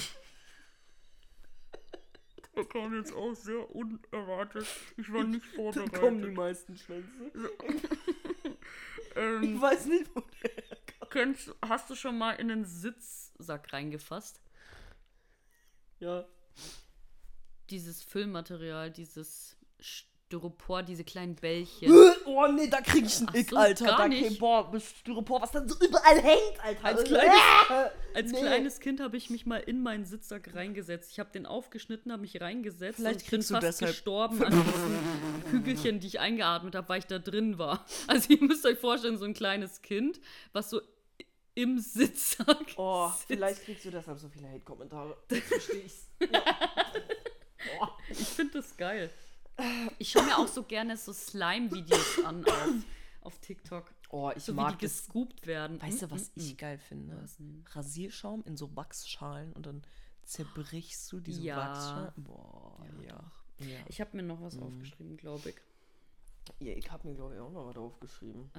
Das kam jetzt auch sehr unerwartet. Ich war nicht vorbereitet. Da kommen die meisten Schwänze. Ich weiß nicht, wo der herkam. Hast du schon mal in einen Sitzsack reingefasst? Ja. Dieses Füllmaterial, dieses Styropor, diese kleinen Bällchen. Oh nee, da krieg ich einen Ach Ick, so, Alter. gar Da nicht. boah, Styropor, was dann so überall hängt, Alter. Als kleines Kind habe ich mich mal in meinen Sitzsack reingesetzt. Ich habe den aufgeschnitten, habe mich reingesetzt Vielleicht und bin kriegst du fast deshalb- gestorben an diesen Kügelchen, die ich eingeatmet habe, weil ich da drin war. Also ihr müsst euch vorstellen, so ein kleines Kind, was so im Sitzsack Oh, sitzt. vielleicht kriegst du deshalb so viele Hate-Kommentare. Jetzt verstehe ich's. Ich finde das geil. Ich schaue mir auch so gerne so Slime-Videos an auf TikTok. Oh, ich So wie mag die das. gescoopt werden. Weißt du, was ich geil finde? Was denn? Rasierschaum in so Wachsschalen und dann zerbrichst du diese Ja. Wachsschalen. Boah, ja. Ja. Ich habe mir noch was aufgeschrieben, glaube ich. Ja, ich habe mir, glaube ich, auch noch was aufgeschrieben.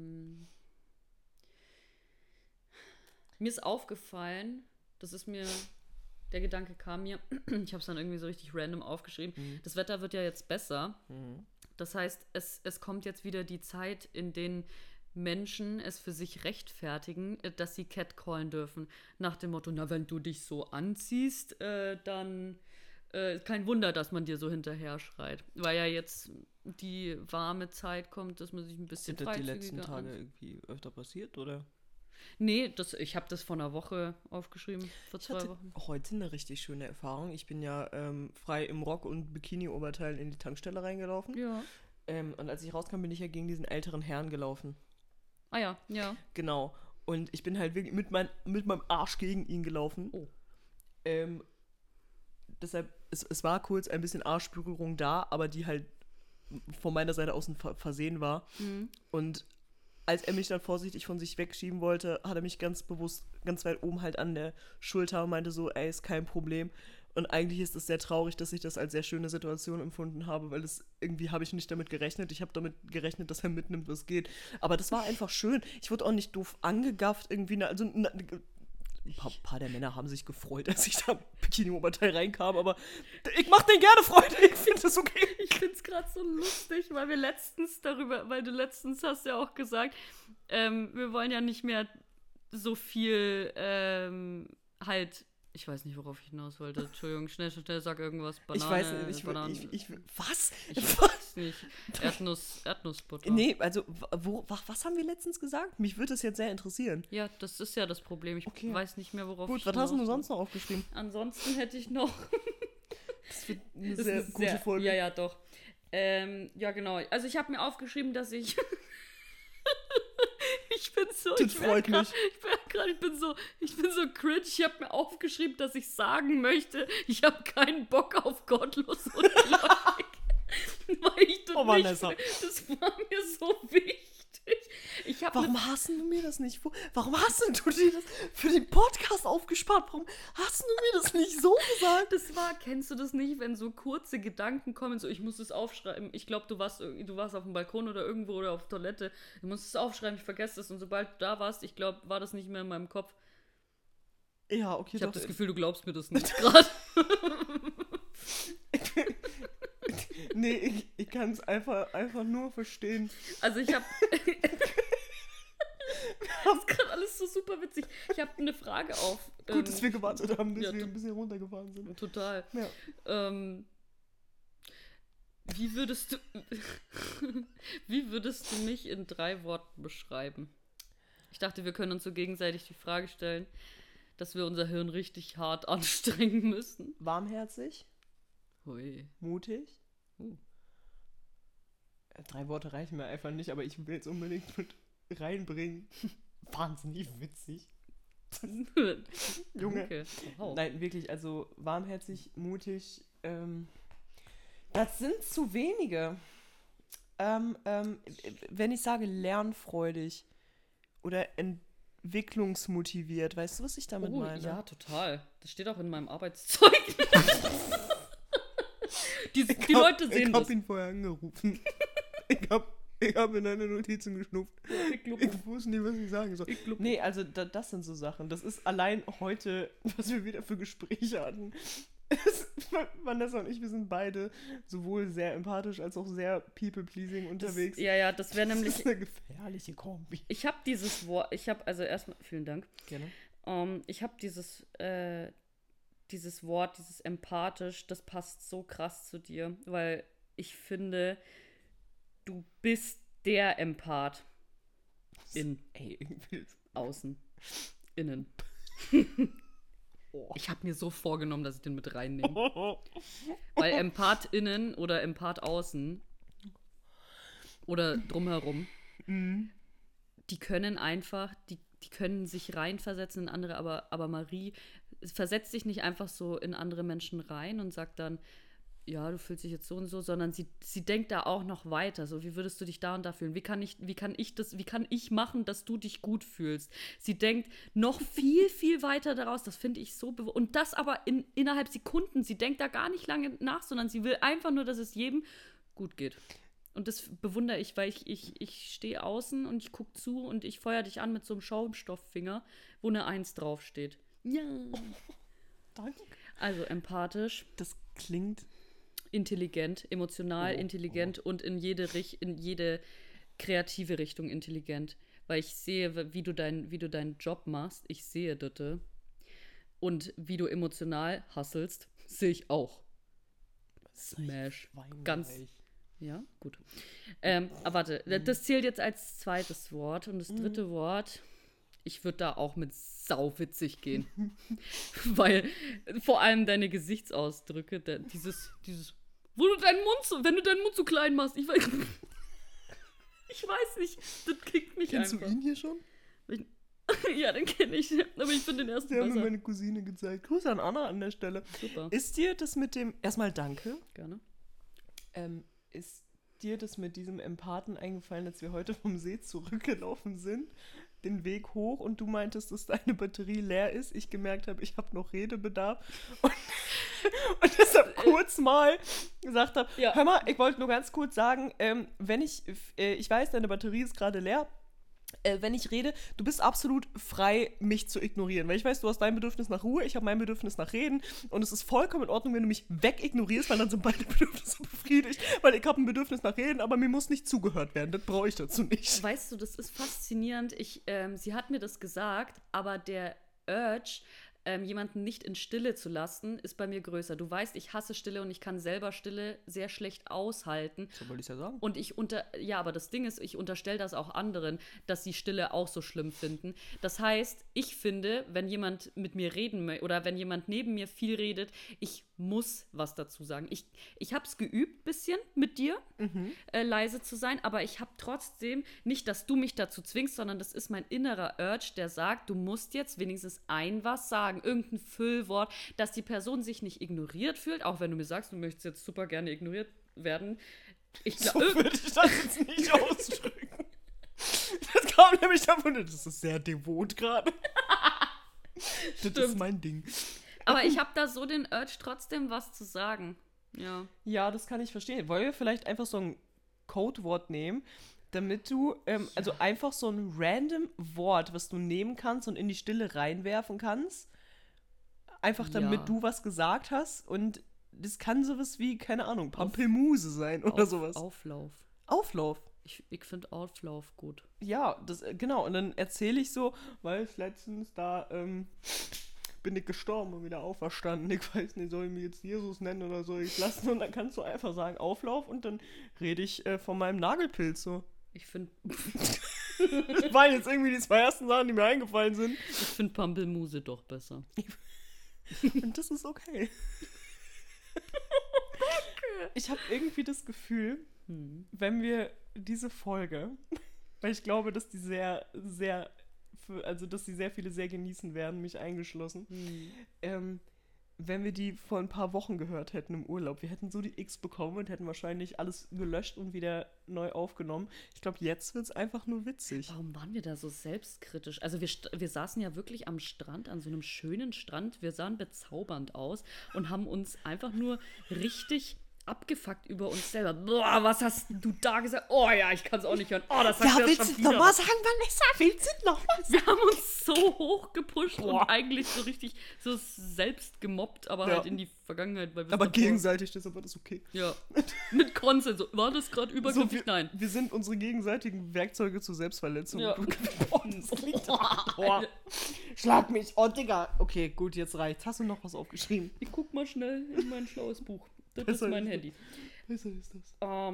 Mir ist aufgefallen, der Gedanke kam mir, ich habe es dann irgendwie so richtig random aufgeschrieben, das Wetter wird ja jetzt besser. Das heißt, es kommt jetzt wieder die Zeit, in denen Menschen es für sich rechtfertigen, dass sie catcallen dürfen. Nach dem Motto, na, wenn du dich so anziehst, dann kein Wunder, dass man dir so hinterher schreit. Weil ja jetzt die warme Zeit kommt, dass man sich ein bisschen Sind das die freizügiger letzten Tage anzieht. irgendwie öfter passiert, oder? Nee, ich habe das vor einer Woche aufgeschrieben, vor Ich 2 hatte Wochen. heute eine richtig schöne Erfahrung. Ich bin ja frei im Rock- und Bikini-Oberteil in die Tankstelle reingelaufen. Ja. Und als ich rauskam, bin ich ja gegen diesen älteren Herrn gelaufen. Ah ja, ja. Genau. Und ich bin halt wirklich mit meinem Arsch gegen ihn gelaufen. Oh. Deshalb, es war kurz ein bisschen Arschberührung da, aber die halt von meiner Seite außen versehen war. Und als er mich dann vorsichtig von sich wegschieben wollte, hat er mich ganz bewusst ganz weit oben halt an der Schulter und meinte so, ey, ist kein Problem. Und eigentlich ist es sehr traurig, dass ich das als sehr schöne Situation empfunden habe, weil irgendwie habe ich nicht damit gerechnet. Ich habe damit gerechnet, dass er mitnimmt, was geht. Aber das war einfach schön. Ich wurde auch nicht doof angegafft irgendwie. Ein paar der Männer haben sich gefreut, als ich da im Bikini-Oberteil reinkam, aber ich mach denen gerne Freude. Ich finde das okay. Ich finde es gerade so lustig, weil du letztens hast ja auch gesagt, wir wollen ja nicht mehr so viel halt, ich weiß nicht, worauf ich hinaus wollte. Entschuldigung, schnell, sag irgendwas. Banane, Ich weiß nicht, Bananen. was? Ich weiß nicht. Erdnussbutter. Nee, also, was haben wir letztens gesagt? Mich würde das jetzt sehr interessieren. Ja, das ist ja das Problem. Ich Okay. weiß nicht mehr, worauf Gut, ich was hast du hinaus sonst noch aufgeschrieben? wollte. Ansonsten hätte ich noch... Das wird eine Das sehr ist gute Folge. Ja, ja, doch. Ja, genau. Also ich habe mir aufgeschrieben, dass ich... Ich bin so... Das freut mich. Ich bin so cringe. Ich habe mir aufgeschrieben, dass ich sagen möchte, ich habe keinen Bock auf gottlos und gläubig. Weil ich das Vanessa. das war mir so wichtig. Ich habe Warum hast du mir das nicht Warum hast du dir das für den Podcast aufgespart? Warum hast du mir das nicht so gesagt? kennst du das nicht, wenn so kurze Gedanken kommen, so ich muss es aufschreiben, ich glaube, du warst auf dem Balkon oder irgendwo oder auf Toilette, du musst es aufschreiben, ich vergesse es und sobald du da warst, ich glaube, war das nicht mehr in meinem Kopf. Ja, okay. Ich habe das Gefühl, du glaubst mir das nicht gerade. Nee, ich kann es einfach nur verstehen. Also ich habe... Das ist gerade alles so super witzig. Ich habe eine Frage auf... Gut, dass wir gewartet haben, bis ja, wir ein bisschen runtergefahren sind. Total. Ja. Wie würdest du mich in 3 Worten beschreiben? Ich dachte, wir können uns so gegenseitig die Frage stellen, dass wir unser Hirn richtig hart anstrengen müssen. Warmherzig, Hui. mutig. 3 Worte reichen mir einfach nicht, aber ich will es unbedingt mit reinbringen. Wahnsinnig witzig. Junge. Danke. Wow. Nein, wirklich, also warmherzig, mutig, das sind zu wenige. Wenn ich sage lernfreudig oder entwicklungsmotiviert, weißt du, was ich damit meine? Ja, total. Das steht auch in meinem Arbeitszeugnis. Die Leute sehen Ich das. hab ihn vorher angerufen. Ich hab in deine Notizen geschnupft. Ich wusste nicht, was ich sagen soll. Nee, also das sind so Sachen. Das ist allein heute, was wir wieder für Gespräche hatten. Vanessa und ich, wir sind beide sowohl sehr empathisch als auch sehr people-pleasing unterwegs. Ja, das wäre Das nämlich. ist eine gefährliche Kombi. Ich habe dieses Wort, also erstmal, vielen Dank. Gerne. Ich habe dieses Wort, dieses empathisch, das passt so krass zu dir, weil ich finde, du bist der Empath. Außen. Innen. Ich habe mir so vorgenommen, dass ich den mit reinnehme. Weil EmpathInnen oder Empath außen oder drumherum, die können einfach, die können sich reinversetzen in andere, aber Marie versetzt sich nicht einfach so in andere Menschen rein und sagt dann, ja, du fühlst dich jetzt so und so, sondern sie denkt da auch noch weiter. So, wie würdest du dich da und da fühlen? Wie kann ich machen, dass du dich gut fühlst? Sie denkt noch viel, viel weiter daraus. Das finde ich so und das aber innerhalb Sekunden. Sie denkt da gar nicht lange nach, sondern sie will einfach nur, dass es jedem gut geht. Und das bewundere ich, weil ich stehe außen und ich gucke zu und ich feuer dich an mit so einem Schaumstofffinger, wo eine 1 draufsteht. Ja. Danke. Also empathisch. Das klingt intelligent, emotional intelligent und in jede kreative Richtung intelligent. Weil ich sehe, wie du deinen Job machst. Ich sehe das. Und wie du emotional hustlest, sehe ich auch. Smash. Ganz. Ja, gut. Aber warte, das zählt jetzt als zweites Wort. Und das dritte Wort, ich würde da auch mit sauwitzig gehen. Weil vor allem deine Gesichtsausdrücke, dieses wenn du deinen Mund so klein machst, ich weiß nicht, das kickt mich Kennst einfach. du ihn hier schon? Ja, den kenne ich, aber ich finde den ersten Der hat mir besser. meine Cousine gezeigt. Grüße an Anna an der Stelle. Super. Ist dir das mit dem, erstmal danke, Gerne. ist dir das mit diesem Empathen eingefallen, als wir heute vom See zurückgelaufen sind, den Weg hoch und du meintest, dass deine Batterie leer ist, ich gemerkt habe, ich habe noch Redebedarf und deshalb kurz mal gesagt habe, Ja. hör mal, ich wollte nur ganz kurz sagen, wenn ich weiß, deine Batterie ist gerade leer, wenn ich rede, du bist absolut frei, mich zu ignorieren. Weil ich weiß, du hast dein Bedürfnis nach Ruhe, ich habe mein Bedürfnis nach Reden. Und es ist vollkommen in Ordnung, wenn du mich wegignorierst, weil dann sind beide Bedürfnisse befriedigt. Weil ich habe ein Bedürfnis nach Reden, aber mir muss nicht zugehört werden. Das brauche ich dazu nicht. Weißt du, das ist faszinierend. Sie hat mir das gesagt, aber der Urge, jemanden nicht in Stille zu lassen, ist bei mir größer. Du weißt, ich hasse Stille und ich kann selber Stille sehr schlecht aushalten. So wollte ich ja sagen. Und aber das Ding ist, ich unterstelle das auch anderen, dass sie Stille auch so schlimm finden. Das heißt, ich finde, wenn jemand mit mir reden möchte oder wenn jemand neben mir viel redet, ich muss was dazu sagen. Ich habe es geübt, bisschen mit dir, leise zu sein, aber ich habe trotzdem nicht, dass du mich dazu zwingst, sondern das ist mein innerer Urge, der sagt, du musst jetzt wenigstens was sagen, irgendein Füllwort, dass die Person sich nicht ignoriert fühlt, auch wenn du mir sagst, du möchtest jetzt super gerne ignoriert werden. So würde ich das jetzt nicht ausdrücken. Das kam nämlich davon, das ist sehr devot gerade. Das ist mein Ding. Aber ich habe da so den Urge, trotzdem was zu sagen. Ja. Ja, das kann ich verstehen. Wollen wir vielleicht einfach so ein Codewort nehmen, damit du, also einfach so ein random Wort, was du nehmen kannst und in die Stille reinwerfen kannst, einfach damit du was gesagt hast und das kann sowas wie, keine Ahnung, Pampelmuse sein oder sowas. Auflauf. Auflauf. Ich finde Auflauf gut. Ja, genau. Und dann erzähle ich so, weil letztens da bin ich gestorben und wieder auferstanden. Ich weiß nicht, soll ich mich jetzt Jesus nennen oder soll ich es lassen? Und dann kannst du einfach sagen, Auflauf und dann rede ich von meinem Nagelpilz so. Ich finde Das waren jetzt irgendwie die 2 ersten Sachen, die mir eingefallen sind. Pampelmuse doch besser. Und das ist okay. Ich habe irgendwie das Gefühl, wenn wir diese Folge, weil ich glaube, dass die sehr viele sehr genießen werden, mich eingeschlossen, wenn wir die vor ein paar Wochen gehört hätten im Urlaub. Wir hätten so die X bekommen und hätten wahrscheinlich alles gelöscht und wieder neu aufgenommen. Ich glaube, jetzt wird es einfach nur witzig. Warum waren wir da so selbstkritisch? Also wir saßen ja wirklich am Strand, an so einem schönen Strand. Wir sahen bezaubernd aus und haben uns einfach nur richtig abgefuckt über uns selber. Boah, was hast du da gesagt? Oh ja, ich kann es auch nicht hören. Oh, das sagt Ja, er willst schon du wieder. nochmal sagen, Vanessa? Willst du noch was? Wir haben uns so hoch gepusht Boah. und eigentlich so richtig so selbst gemobbt, aber Ja. halt in die Vergangenheit. Weil wir Aber es davor- gegenseitig, deshalb war das okay. Ja, mit Konsens. So, war das gerade übergriffig? wir, Nein. wir sind unsere gegenseitigen Werkzeuge zur Selbstverletzung. Ja. Boah, das klingt Boah. Schlag mich. Oh, Digga. Okay, gut, jetzt reicht's. Hast du noch was aufgeschrieben? Ich guck mal schnell in mein schlaues Buch. Das Besser ist mein ist Handy. Besser ist das.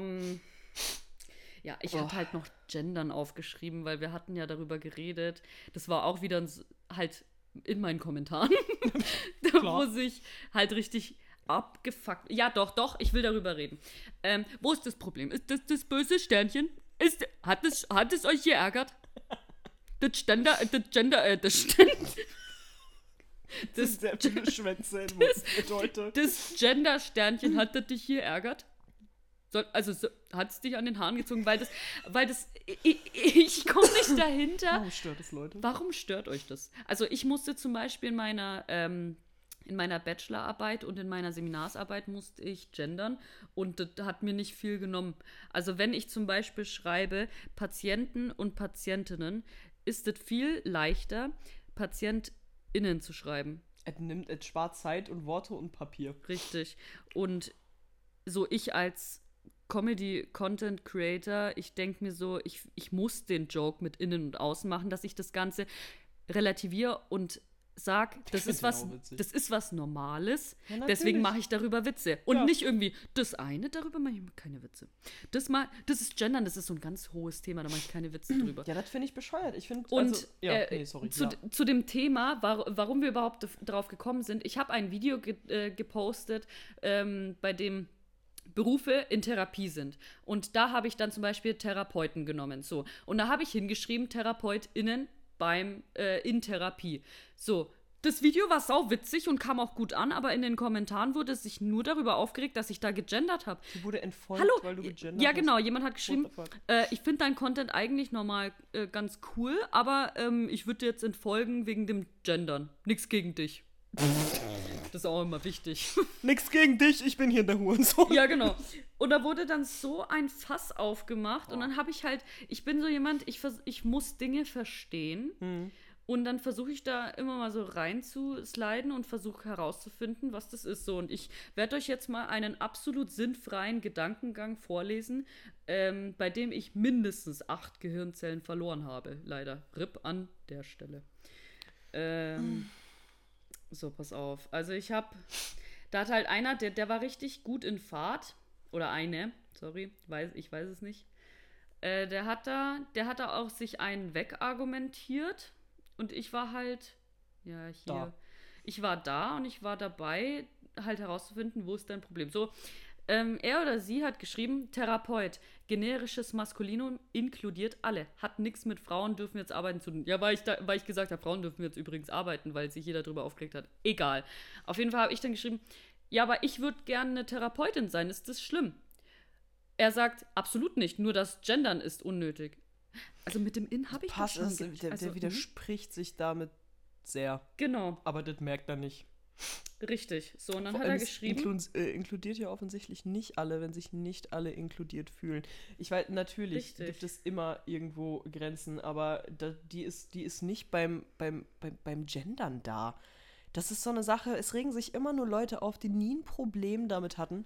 Ja, ich hatte halt noch Gendern aufgeschrieben, weil wir hatten ja darüber geredet. Das war auch wieder halt in meinen Kommentaren, wo sich halt richtig abgefuckt. Ja, doch, ich will darüber reden. Wo ist das Problem? Ist das böse Sternchen? Hat es euch geärgert? Das Das ist sehr viele Schwänze in bedeutet. Das Gender-Sternchen hat das dich hier ärgert? Hat es dich an den Haaren gezogen? Weil das ich komme nicht dahinter. Warum stört es Leute? Warum stört euch das? Also ich musste zum Beispiel in meiner Bachelorarbeit und in meiner Seminarsarbeit musste ich gendern und das hat mir nicht viel genommen. Also wenn ich zum Beispiel schreibe Patienten und Patientinnen, ist es viel leichter, PatientInnen zu schreiben. Es spart Zeit und Worte und Papier. Richtig. Und so ich als Comedy-Content-Creator, ich denke mir so, ich muss den Joke mit Innen und Außen machen, dass ich das Ganze relativiere und sag, das ist was Normales, Ja, natürlich. deswegen mache ich darüber Witze. Und Ja. nicht irgendwie, das eine, darüber mache ich keine Witze. Das ist Gendern, das ist so ein ganz hohes Thema, da mache ich keine Witze drüber. Ja, das finde ich bescheuert. Ich finde, Und sorry. zu dem Thema, warum wir überhaupt drauf gekommen sind, ich habe ein Video gepostet, bei dem Berufe in Therapie sind. Und da habe ich dann zum Beispiel Therapeuten genommen. So. Und da habe ich hingeschrieben, TherapeutInnen in Therapie. So. Das Video war sau witzig und kam auch gut an, aber in den Kommentaren wurde sich nur darüber aufgeregt, dass ich da gegendert habe. Die wurde entfolgt, Hallo? weil du gegendert Ja, hast. genau. Jemand hat geschrieben, What the fuck? ich finde dein Content eigentlich normal ganz cool, aber ich würde dir jetzt entfolgen wegen dem Gendern. Nix gegen dich. Das ist auch immer wichtig. Nix gegen dich, ich bin hier der Hurensohn. Ja, genau. Und da wurde dann so ein Fass aufgemacht und dann habe ich bin so jemand, ich muss Dinge verstehen und dann versuche ich da immer mal so reinzusliden und versuche herauszufinden, was das ist. So, und ich werde euch jetzt mal einen absolut sinnfreien Gedankengang vorlesen, bei dem ich mindestens 8 Gehirnzellen verloren habe. Leider. RIP an der Stelle. So, pass auf. Also da hat halt einer, der war richtig gut in Fahrt. Oder eine, sorry, ich weiß es nicht. Der hat da auch sich einen wegargumentiert. Und ich war halt, ja, hier. Da. Ich war da und ich war dabei, halt herauszufinden, wo ist dein Problem. So, er oder sie hat geschrieben, Therapeut, generisches Maskulinum inkludiert alle. Hat nichts mit Frauen dürfen jetzt arbeiten zu tun. Ja, weil ich gesagt habe, Frauen dürfen jetzt übrigens arbeiten, weil sich jeder darüber aufgeregt hat. Egal. Auf jeden Fall habe ich dann geschrieben, ja, aber ich würde gerne eine Therapeutin sein. Ist das schlimm? Er sagt, absolut nicht. Nur das Gendern ist unnötig. Also mit dem In habe ich Passt, das schon der widerspricht sich damit sehr. Genau, Aber das merkt er nicht. richtig. So, und dann Vor hat allem, er es geschrieben. inkludiert ja offensichtlich nicht alle, wenn sich nicht alle inkludiert fühlen. Ich weiß, natürlich Richtig. gibt es immer irgendwo Grenzen, aber die ist nicht beim Gendern da. Das ist so eine Sache, es regen sich immer nur Leute auf, die nie ein Problem damit hatten,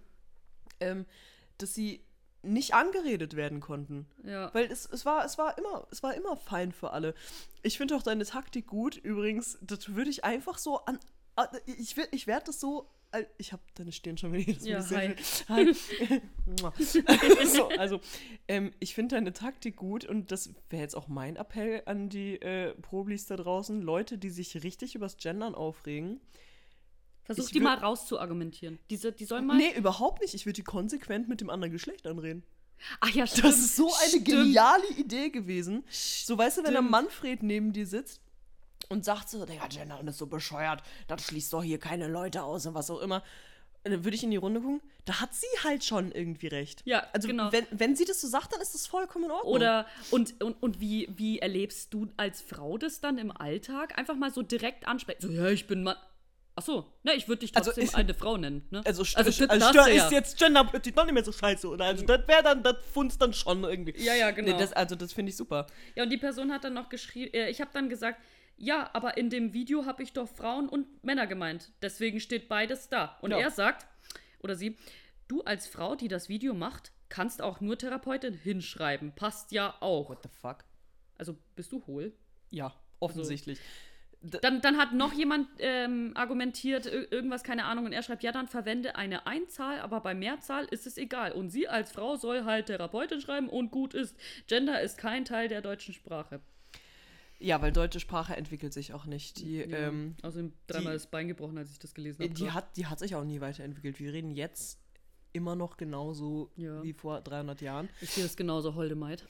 dass sie nicht angeredet werden konnten. Ja. Weil es war immer fein für alle. Ich finde auch deine Taktik gut. Übrigens, das würde ich einfach so ich werde das so. Ich habe deine Stirn schon wieder. Das Ja, sehr hi. schön. So, also, ich finde deine Taktik gut und das wäre jetzt auch mein Appell an die Problis da draußen. Leute, die sich richtig übers Gendern aufregen. Versuch Ich die wür- mal rauszuargumentieren. Die sollen mal. Nee, überhaupt nicht. Ich würde die konsequent mit dem anderen Geschlecht anreden. Ach ja, stimmt. Das ist so eine Stimmt. geniale Idee gewesen. So, weißt du, wenn der Stimmt. Manfred neben dir sitzt und sagt so, Digga, Gendern ist so bescheuert, das schließt doch hier keine Leute aus und was auch immer. Und dann würde ich in die Runde gucken, da hat sie halt schon irgendwie recht. Ja, Also, genau. wenn sie das so sagt, dann ist das vollkommen in Ordnung. Oder, und wie erlebst du als Frau das dann im Alltag? Einfach mal so direkt ansprechen. So, ja, ich bin Mann. Achso, ne, ich würde dich Also, trotzdem eine Frau nennen, ne? Also, das ist jetzt Gender plötzlich doch nicht mehr so scheiße, oder? Also, das wäre dann, das funzt dann schon irgendwie. Ja, genau. Nee, das finde ich super. Ja, und die Person hat dann noch geschrieben, ich habe dann gesagt, ja, aber in dem Video habe ich doch Frauen und Männer gemeint. Deswegen steht beides da. Und er sagt, oder sie, du als Frau, die das Video macht, kannst auch nur Therapeutin hinschreiben. Passt ja auch. What the fuck? Also, bist du hohl? Ja, offensichtlich. Dann hat noch jemand argumentiert, irgendwas, keine Ahnung, und er schreibt, ja, dann verwende eine Einzahl, aber bei Mehrzahl ist es egal. Und sie als Frau soll halt Therapeutin schreiben und gut ist. Gender ist kein Teil der deutschen Sprache. Ja, weil deutsche Sprache entwickelt sich auch nicht. Außerdem dreimal das Bein gebrochen, als ich das gelesen habe. Die hat sich auch nie weiterentwickelt. Wir reden jetzt immer noch genauso wie vor 300 Jahren. Ich sehe das genauso, holde Maid.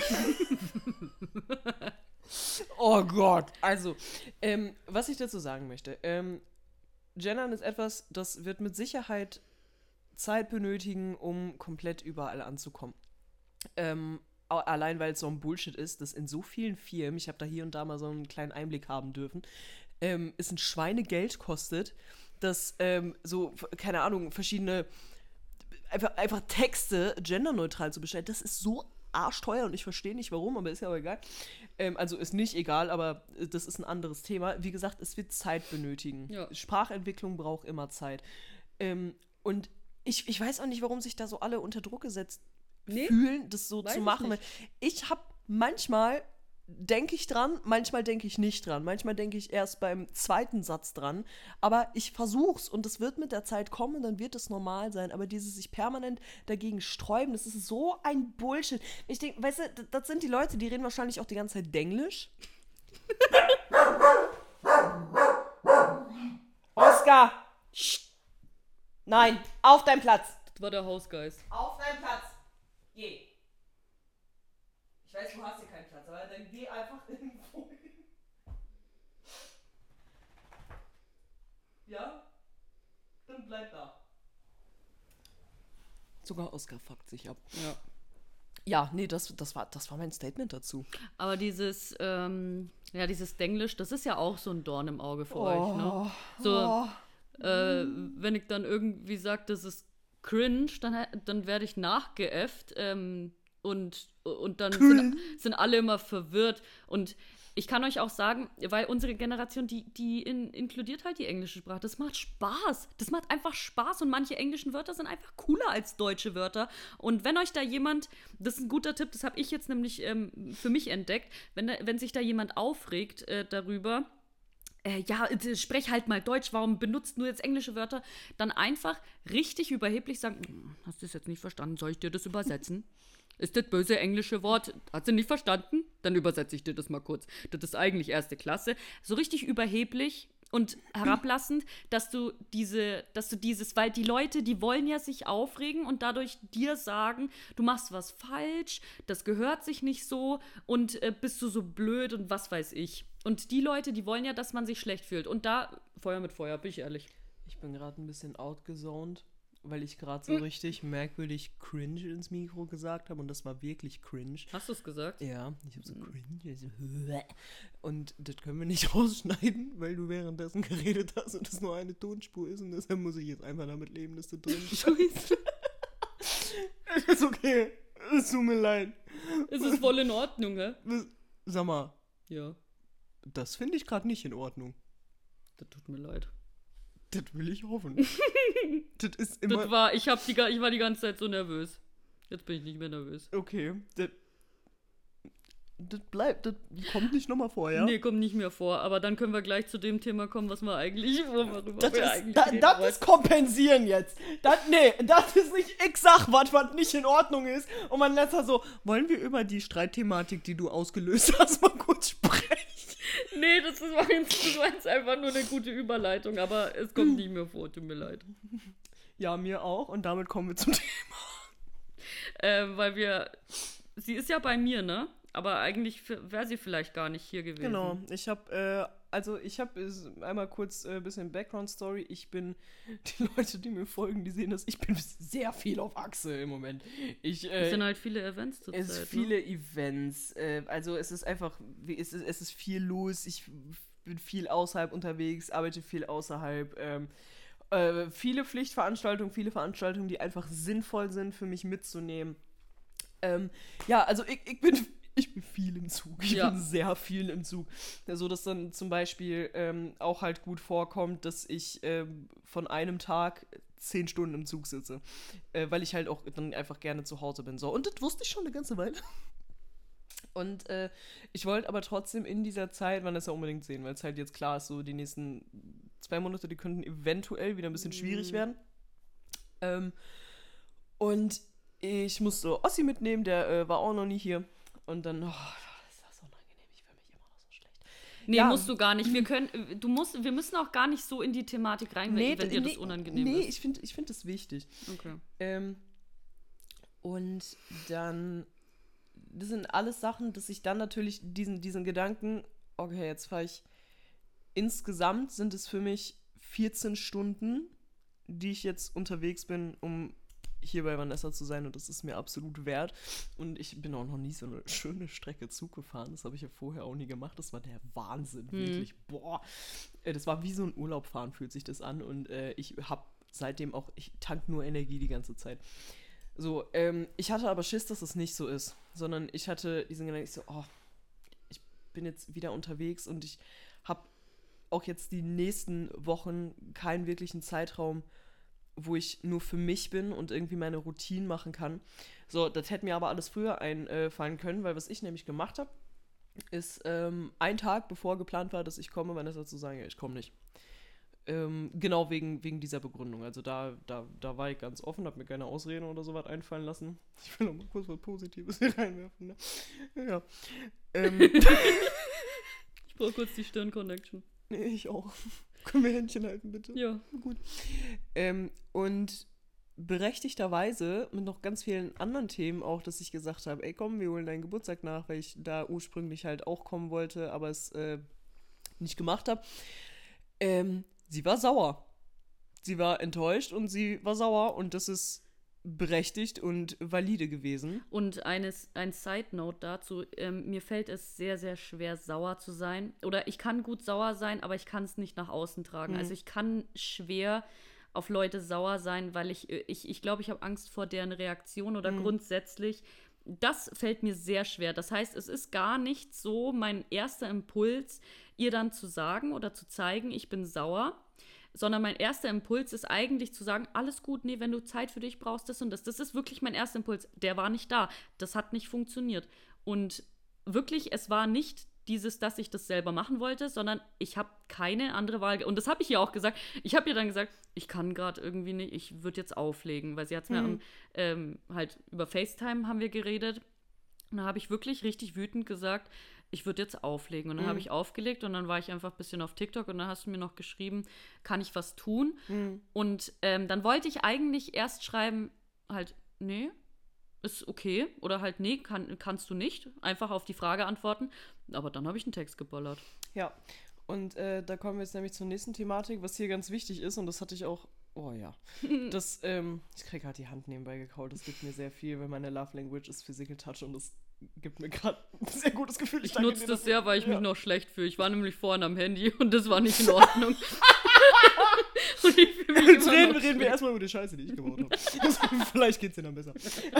Oh Gott. Also, was ich dazu sagen möchte. Gendern ist etwas, das wird mit Sicherheit Zeit benötigen, um komplett überall anzukommen. Allein, weil es so ein Bullshit ist, dass in so vielen Firmen, ich habe da hier und da mal so einen kleinen Einblick haben dürfen, es ein Schweinegeld kostet, dass so, keine Ahnung, verschiedene einfach Texte genderneutral zu bestellen. Das ist so arschteuer und ich verstehe nicht warum, aber ist ja auch egal. Also ist nicht egal, aber das ist ein anderes Thema. Wie gesagt, es wird Zeit benötigen. Ja. Sprachentwicklung braucht immer Zeit. Und ich weiß auch nicht, warum sich da so alle unter Druck gesetzt fühlen, das so zu machen. Ich habe manchmal denke ich dran, manchmal denke ich nicht dran. Manchmal denke ich erst beim zweiten Satz dran. Aber ich versuch's und es wird mit der Zeit kommen und dann wird es normal sein. Aber dieses sich permanent dagegen sträuben, das ist so ein Bullshit. Ich denke, weißt du, das sind die Leute, die reden wahrscheinlich auch die ganze Zeit Denglisch. Oscar! Nein, auf deinen Platz! Das war der Hausgeist. Auf deinen Platz! Geh! Ich weiß, du hast hier keinen Platz, aber dann geh einfach irgendwo hin. Ja? Dann bleib da. Sogar Oscar fuckt sich ab. Ja. Ja, nee, das war mein Statement dazu. Aber dieses Denglisch, das ist ja auch so ein Dorn im Auge für euch, ne? So, wenn ich dann irgendwie sage, das ist cringe, dann werde ich nachgeäfft, und dann sind alle immer verwirrt. Und ich kann euch auch sagen, weil unsere Generation, die inkludiert halt die englische Sprache. Das macht Spaß. Das macht einfach Spaß. Und manche englischen Wörter sind einfach cooler als deutsche Wörter. Und wenn euch da jemand, das ist ein guter Tipp, das habe ich jetzt nämlich für mich entdeckt, wenn sich da jemand aufregt darüber, sprech halt mal Deutsch, warum benutzt du jetzt englische Wörter? Dann einfach richtig überheblich sagen, hast du das jetzt nicht verstanden, soll ich dir das übersetzen? Ist das böse englische Wort, hast du nicht verstanden? Dann übersetze ich dir das mal kurz. Das ist eigentlich erste Klasse. So richtig überheblich und herablassend, dass du dieses, weil die Leute, die wollen ja sich aufregen und dadurch dir sagen, du machst was falsch, das gehört sich nicht so und bist du so blöd und was weiß ich. Und die Leute, die wollen ja, dass man sich schlecht fühlt. Und da, Feuer mit Feuer, bin ich ehrlich. Ich bin gerade ein bisschen outgezoned, weil ich gerade so richtig merkwürdig cringe ins Mikro gesagt habe und das war wirklich cringe. Hast du es gesagt? Ja, ich habe so cringe. Und das können wir nicht rausschneiden, weil du währenddessen geredet hast und es nur eine Tonspur ist und deshalb muss ich jetzt einfach damit leben, dass du drin bist. Scheiße. Ist okay. Es tut mir leid. Es ist voll in Ordnung, hä? Sag mal. Ja. Das finde ich gerade nicht in Ordnung. Das tut mir leid. Das will ich hoffen. Das ist immer... Ich war die ganze Zeit so nervös. Jetzt bin ich nicht mehr nervös. Okay. Das kommt nicht nochmal vor, ja? Nee, kommt nicht mehr vor. Aber dann können wir gleich zu dem Thema kommen, was wir eigentlich... Das ist kompensieren jetzt. Das ist nicht... Ich sag was nicht in Ordnung ist. Und mein letzter so, wollen wir über die Streitthematik, die du ausgelöst hast, mal kurz sprechen? Nee, das war jetzt einfach nur eine gute Überleitung, aber es kommt nicht mehr vor, tut mir leid. Ja, mir auch. Und damit kommen wir zum Thema. Sie ist ja bei mir, ne? Aber eigentlich wäre sie vielleicht gar nicht hier gewesen. Genau, ich habe einmal kurz ein bisschen Background-Story. Die Leute, die mir folgen, die sehen das, ich bin sehr viel auf Achse im Moment. Es sind halt viele Events zur Zeit. Es sind viele Events. Also es ist einfach, es ist viel los. Ich bin viel außerhalb unterwegs, arbeite viel außerhalb. Viele Pflichtveranstaltungen, viele Veranstaltungen, die einfach sinnvoll sind für mich mitzunehmen. Ja, also ich bin viel im Zug. Ich bin sehr viel im Zug. So dass dann zum Beispiel auch halt gut vorkommt, dass ich von einem Tag 10 Stunden im Zug sitze. Weil ich halt auch dann einfach gerne zu Hause bin. So. Und das wusste ich schon eine ganze Weile. Und ich wollte aber trotzdem in dieser Zeit, man das ja unbedingt sehen, weil es halt jetzt klar ist, so die nächsten 2 Monate, die könnten eventuell wieder ein bisschen schwierig werden. Und ich musste Ossi mitnehmen, der war auch noch nie hier. Und dann, das war so unangenehm, ich fühle mich immer noch so schlecht. Nee, ja, musst du gar nicht. Wir müssen auch gar nicht so in die Thematik rein, wenn dir das unangenehm ist. Nee, ich find das wichtig. Okay. Und dann, das sind alles Sachen, dass ich dann natürlich diesen Gedanken, okay, jetzt fahre ich, insgesamt sind es für mich 14 Stunden, die ich jetzt unterwegs bin, um hier bei Vanessa zu sein, und das ist mir absolut wert. Und ich bin auch noch nie so eine schöne Strecke Zug gefahren. Das habe ich ja vorher auch nie gemacht. Das war der Wahnsinn, wirklich. Boah, das war wie so ein Urlaub fahren, fühlt sich das an. Und ich habe seitdem auch, ich tank nur Energie die ganze Zeit. So, ich hatte aber Schiss, dass es nicht so ist. Sondern ich hatte diesen Gedanken, ich bin jetzt wieder unterwegs und ich habe auch jetzt die nächsten Wochen keinen wirklichen Zeitraum, wo ich nur für mich bin und irgendwie meine Routinen machen kann. So, das hätte mir aber alles früher einfallen können, weil was ich nämlich gemacht habe, ist ein Tag, bevor geplant war, dass ich komme, Vanessa zu sagen, ja, ich komme nicht. Genau wegen dieser Begründung. Also da war ich ganz offen, habe mir keine Ausreden oder sowas einfallen lassen. Ich will noch mal kurz was Positives hier reinwerfen. Ne? Ja. Ich brauche kurz die Stirn-Connection. Nee, ich auch. Können wir Händchen halten, bitte? Ja. Gut. Und berechtigterweise mit noch ganz vielen anderen Themen auch, dass ich gesagt habe, ey komm, wir holen deinen Geburtstag nach, weil ich da ursprünglich halt auch kommen wollte, aber es nicht gemacht habe. Sie war sauer. Sie war enttäuscht und sie war sauer, und das ist berechtigt und valide gewesen. Und ein Side-Note dazu, mir fällt es sehr, sehr schwer, sauer zu sein. Oder ich kann gut sauer sein, aber ich kann es nicht nach außen tragen. Also ich kann schwer auf Leute sauer sein, weil ich glaube, ich habe Angst vor deren Reaktion oder grundsätzlich. Das fällt mir sehr schwer. Das heißt, es ist gar nicht so mein erster Impuls, ihr dann zu sagen oder zu zeigen, ich bin sauer, sondern mein erster Impuls ist eigentlich zu sagen, alles gut, nee, wenn du Zeit für dich brauchst, das und das. Das ist wirklich mein erster Impuls. Der war nicht da. Das hat nicht funktioniert. Und wirklich, es war nicht dieses, dass ich das selber machen wollte, sondern ich habe keine andere Wahl. Und das habe ich ihr auch gesagt. Ich habe ihr dann gesagt, ich kann gerade irgendwie nicht, ich würde jetzt auflegen, weil sie hat es mir halt über FaceTime haben wir geredet. Und da habe ich wirklich richtig wütend gesagt, ich würde jetzt auflegen. Und dann habe ich aufgelegt und dann war ich einfach ein bisschen auf TikTok und dann hast du mir noch geschrieben, kann ich was tun? Und dann wollte ich eigentlich erst schreiben, halt, nee, ist okay. Oder halt, nee, kannst du nicht. Einfach auf die Frage antworten. Aber dann habe ich einen Text geballert. Ja, und da kommen wir jetzt nämlich zur nächsten Thematik, was hier ganz wichtig ist, und das hatte ich auch, das, ich kriege gerade die Hand nebenbei gekaut, das gibt mir sehr viel, weil meine Love Language ist Physical Touch und das gibt mir gerade ein sehr gutes Gefühl. Ich nutze das sehr, weil ich mich noch schlecht fühle. Ich war nämlich vorhin am Handy und das war nicht in Ordnung. Und ich fühle mich reden wir erstmal über die Scheiße, die ich gebaut habe. Vielleicht geht's dir dann besser.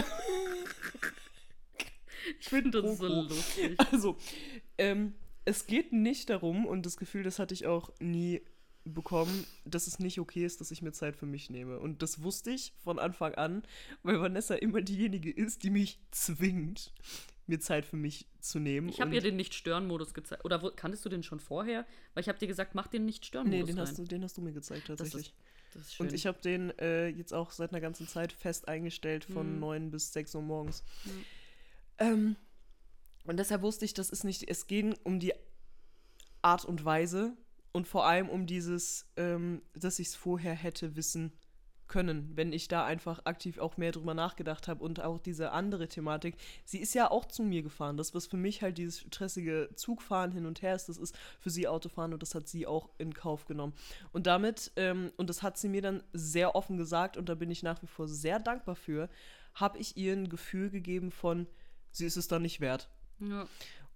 Ich finde das so lustig. Also, es geht nicht darum, und das Gefühl, das hatte ich auch nie bekommen, dass es nicht okay ist, dass ich mir Zeit für mich nehme. Und das wusste ich von Anfang an, weil Vanessa immer diejenige ist, die mich zwingt, mir Zeit für mich zu nehmen. Ich habe ihr den Nicht-Stören-Modus gezeigt. Oder kanntest du den schon vorher? Weil ich habe dir gesagt, mach den Nicht-Stören-Modus Nee, den hast du mir gezeigt, tatsächlich. Das ist schön. Und ich habe den jetzt auch seit einer ganzen Zeit fest eingestellt, von 9 bis 6 Uhr morgens. Und deshalb wusste ich, es geht um die Art und Weise und vor allem um dieses, dass ich es vorher hätte wissen können, wenn ich da einfach aktiv auch mehr drüber nachgedacht habe. Und auch diese andere Thematik, sie ist ja auch zu mir gefahren. Das, was für mich halt dieses stressige Zugfahren hin und her ist, das ist für sie Autofahren, und das hat sie auch in Kauf genommen. Und damit, und das hat sie mir dann sehr offen gesagt, und da bin ich nach wie vor sehr dankbar für, habe ich ihr ein Gefühl gegeben von, sie ist es dann nicht wert. Ja.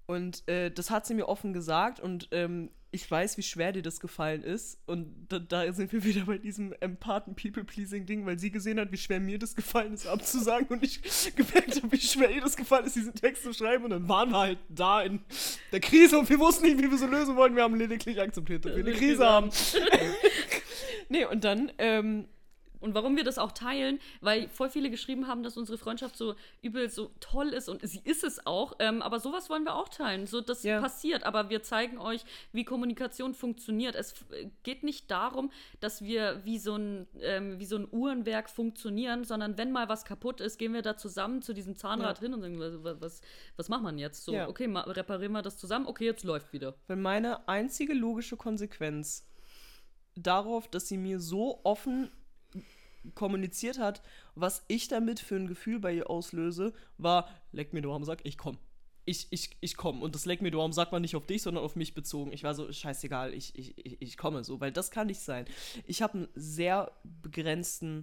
Und das hat sie mir offen gesagt und ich weiß, wie schwer dir das gefallen ist. Und da sind wir wieder bei diesem Empathen-People-Pleasing-Ding, weil sie gesehen hat, wie schwer mir das gefallen ist, abzusagen. Und ich gemerkt habe, wie schwer ihr das gefallen ist, diesen Text zu schreiben. Und dann waren wir halt da in der Krise und wir wussten nicht, wie wir so lösen wollten. Wir haben lediglich akzeptiert, dass wir eine Krise haben. Nee, und dann Und warum wir das auch teilen, weil voll viele geschrieben haben, dass unsere Freundschaft so übel so toll ist und sie ist es auch, aber sowas wollen wir auch teilen, so das passiert, aber wir zeigen euch, wie Kommunikation funktioniert. Es geht nicht darum, dass wir wie so ein Uhrenwerk funktionieren, sondern wenn mal was kaputt ist, gehen wir da zusammen zu diesem Zahnrad hin und sagen, was macht man jetzt? So, okay, reparieren wir das zusammen, okay, jetzt läuft wieder. Weil meine einzige logische Konsequenz darauf, dass sie mir so offen kommuniziert hat, was ich damit für ein Gefühl bei ihr auslöse, war, leck mir du am Sack, ich komm. Ich komme. Und das leck mir du am Sack war nicht auf dich, sondern auf mich bezogen. Ich war so, scheißegal, ich komme so, weil das kann nicht sein. Ich habe einen sehr begrenzten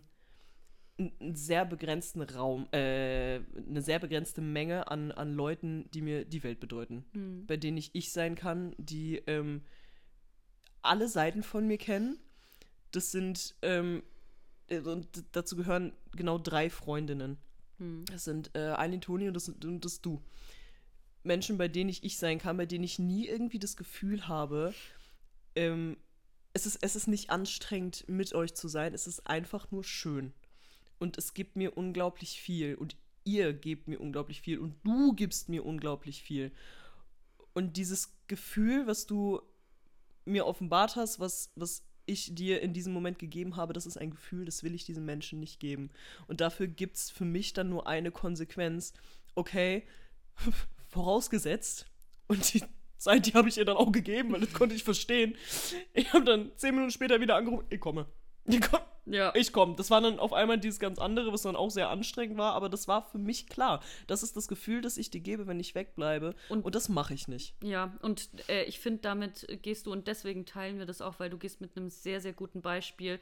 Raum, eine sehr begrenzte Menge an Leuten, die mir die Welt bedeuten. Bei denen ich sein kann, die alle Seiten von mir kennen. Das sind und dazu gehören genau 3 Freundinnen. Das sind Eileen, Toni und das du. Menschen, bei denen ich sein kann, bei denen ich nie irgendwie das Gefühl habe, es ist nicht anstrengend, mit euch zu sein, es ist einfach nur schön. Und es gibt mir unglaublich viel. Und ihr gebt mir unglaublich viel. Und du gibst mir unglaublich viel. Und dieses Gefühl, was du mir offenbart hast, was ich dir in diesem Moment gegeben habe, das ist ein Gefühl, das will ich diesen Menschen nicht geben. Und dafür gibt es für mich dann nur eine Konsequenz. Okay, vorausgesetzt, und die Zeit, die habe ich ihr dann auch gegeben, weil das konnte ich verstehen. Ich habe dann 10 Minuten später wieder angerufen, ich komme. Ich komme. Das war dann auf einmal dieses ganz andere, was dann auch sehr anstrengend war, aber das war für mich klar. Das ist das Gefühl, das ich dir gebe, wenn ich wegbleibe. Und das mache ich nicht. Ja, und ich finde, damit gehst du, und deswegen teilen wir das auch, weil du gehst mit einem sehr, sehr guten Beispiel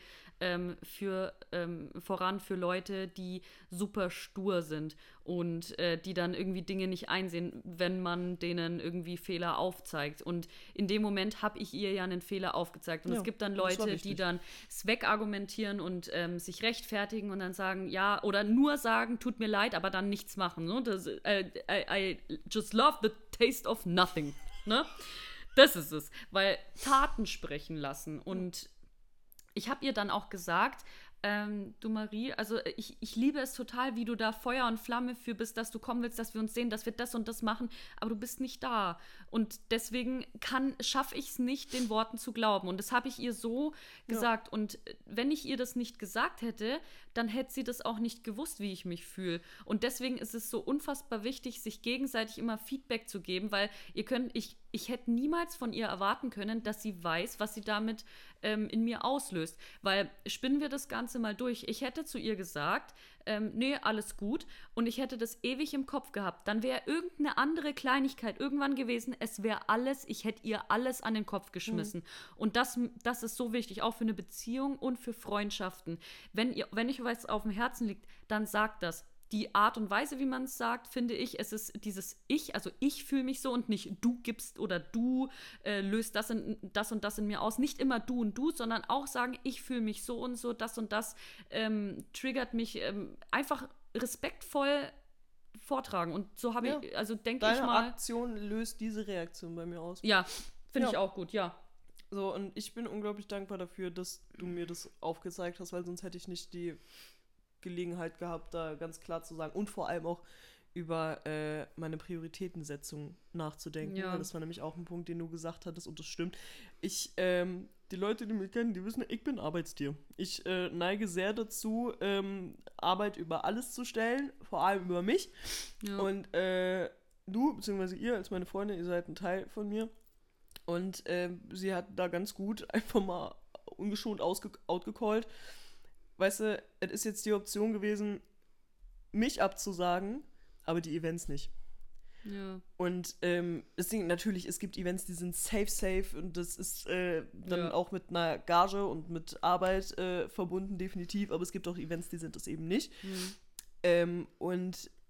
voran für Leute, die super stur sind und die dann irgendwie Dinge nicht einsehen, wenn man denen irgendwie Fehler aufzeigt. Und in dem Moment habe ich ihr ja einen Fehler aufgezeigt. Und es gibt dann Leute, die dann es wegargumentieren und sich rechtfertigen und dann sagen, ja, oder nur sagen, tut mir leid, aber dann nichts machen. Ne? I just love the taste of nothing. Ne? Das ist es. Weil Taten sprechen lassen. Und ich habe ihr dann auch gesagt, du Marie, also ich liebe es total, wie du da Feuer und Flamme für bist, dass du kommen willst, dass wir uns sehen, dass wir das und das machen, aber du bist nicht da. Und deswegen schaffe ich es nicht, den Worten zu glauben. Und das habe ich ihr so gesagt. Und wenn ich ihr das nicht gesagt hätte, dann hätte sie das auch nicht gewusst, wie ich mich fühle. Und deswegen ist es so unfassbar wichtig, sich gegenseitig immer Feedback zu geben, weil ich hätte niemals von ihr erwarten können, dass sie weiß, was sie damit in mir auslöst. Weil spinnen wir das Ganze mal durch. Ich hätte zu ihr gesagt, nee, alles gut. Und ich hätte das ewig im Kopf gehabt. Dann wäre irgendeine andere Kleinigkeit irgendwann gewesen. Es wäre alles, ich hätte ihr alles an den Kopf geschmissen. Und das ist so wichtig, auch für eine Beziehung und für Freundschaften. Wenn euch was auf dem Herzen liegt, dann sagt das. Die Art und Weise, wie man es sagt, finde ich, es ist dieses Ich, also ich fühle mich so und nicht du gibst oder du löst das und das in mir aus. Nicht immer du und du, sondern auch sagen, ich fühle mich so und das triggert mich, einfach respektvoll vortragen. Und so habe ich, also denke ich mal. Deine Aktion löst diese Reaktion bei mir aus. Ja, finde ich auch gut, ja. So, und ich bin unglaublich dankbar dafür, dass du mir das aufgezeigt hast, weil sonst hätte ich nicht die Gelegenheit gehabt, da ganz klar zu sagen und vor allem auch über meine Prioritätensetzung nachzudenken. Ja. Weil das war nämlich auch ein Punkt, den du gesagt hattest und das stimmt. Die Leute, die mich kennen, die wissen, ich bin Arbeitstier. Ich neige sehr dazu, Arbeit über alles zu stellen, vor allem über mich. Ja. Und du, beziehungsweise ihr als meine Freundin, ihr seid ein Teil von mir. Und sie hat da ganz gut einfach mal ungeschont outgecallt. Weißt du, es ist jetzt die Option gewesen, mich abzusagen, aber die Events nicht. Ja. Und deswegen natürlich, es gibt Events, die sind safe und das ist dann auch mit einer Gage und mit Arbeit verbunden, definitiv, aber es gibt auch Events, die sind das eben nicht. Und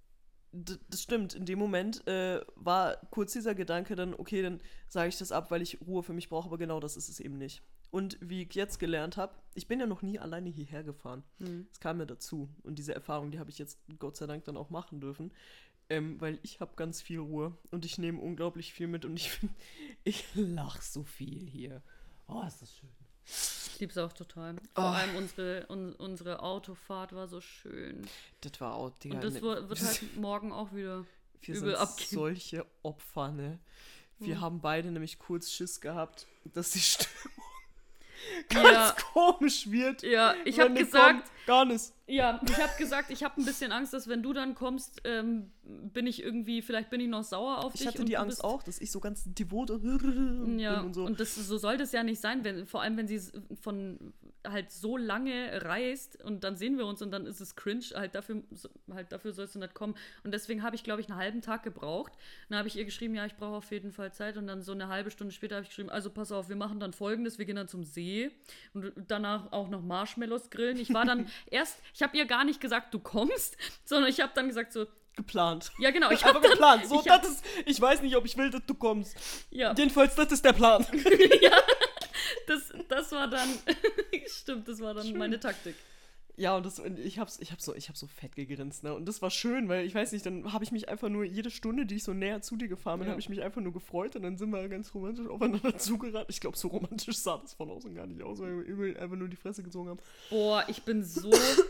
Das stimmt. In dem Moment war kurz dieser Gedanke dann, okay, dann sage ich das ab, weil ich Ruhe für mich brauche, aber genau das ist es eben nicht. Und wie ich jetzt gelernt habe, ich bin ja noch nie alleine hierher gefahren. Es kam ja dazu. Und diese Erfahrung, die habe ich jetzt Gott sei Dank dann auch machen dürfen. Weil ich habe ganz viel Ruhe und ich nehme unglaublich viel mit und ich lache so viel hier. Oh, ist das schön. Ich liebe es auch total. Vor allem unsere Autofahrt war so schön. Das war auch, Digga, und das wird halt morgen auch wieder wir übel sind abgehen. solche Opfer, ne? Wir haben beide nämlich kurz Schiss gehabt, dass die Stimmung ganz komisch wird. Ja, ich wenn habe die gesagt, kommen. Gar nicht. Ja, ich habe gesagt, ich habe ein bisschen Angst, dass wenn du dann kommst, vielleicht bin ich noch sauer auf dich. Ich hatte die Angst auch, dass ich so ganz devot ja, bin und so. Und so soll das ja nicht sein, vor allem wenn sie von halt so lange reist und dann sehen wir uns und dann ist es cringe, dafür sollst du nicht kommen. Und deswegen habe ich, glaube ich, einen halben Tag gebraucht. Dann habe ich ihr geschrieben, ja, ich brauche auf jeden Fall Zeit und dann so eine halbe Stunde später habe ich geschrieben, also pass auf, wir machen dann Folgendes, wir gehen dann zum See und danach auch noch Marshmallows grillen. Ich war dann ich habe ihr gar nicht gesagt, du kommst, sondern ich habe dann gesagt so, geplant. ja, genau. Ich habe geplant. So, ich weiß nicht, ob ich will, dass du kommst. Ja. Jedenfalls, das ist der Plan. Ja, das war dann, stimmt, das war dann schön. Meine Taktik. Ja, und ich hab so fett gegrinst, ne? Und das war schön, weil ich weiß nicht, dann habe ich mich einfach nur jede Stunde, die ich so näher zu dir gefahren bin, habe ich mich einfach nur gefreut und dann sind wir ganz romantisch aufeinander zugerannt. Ich glaube, so romantisch sah das von außen gar nicht aus, weil wir übel einfach nur die Fresse gezogen haben. Boah, ich bin so...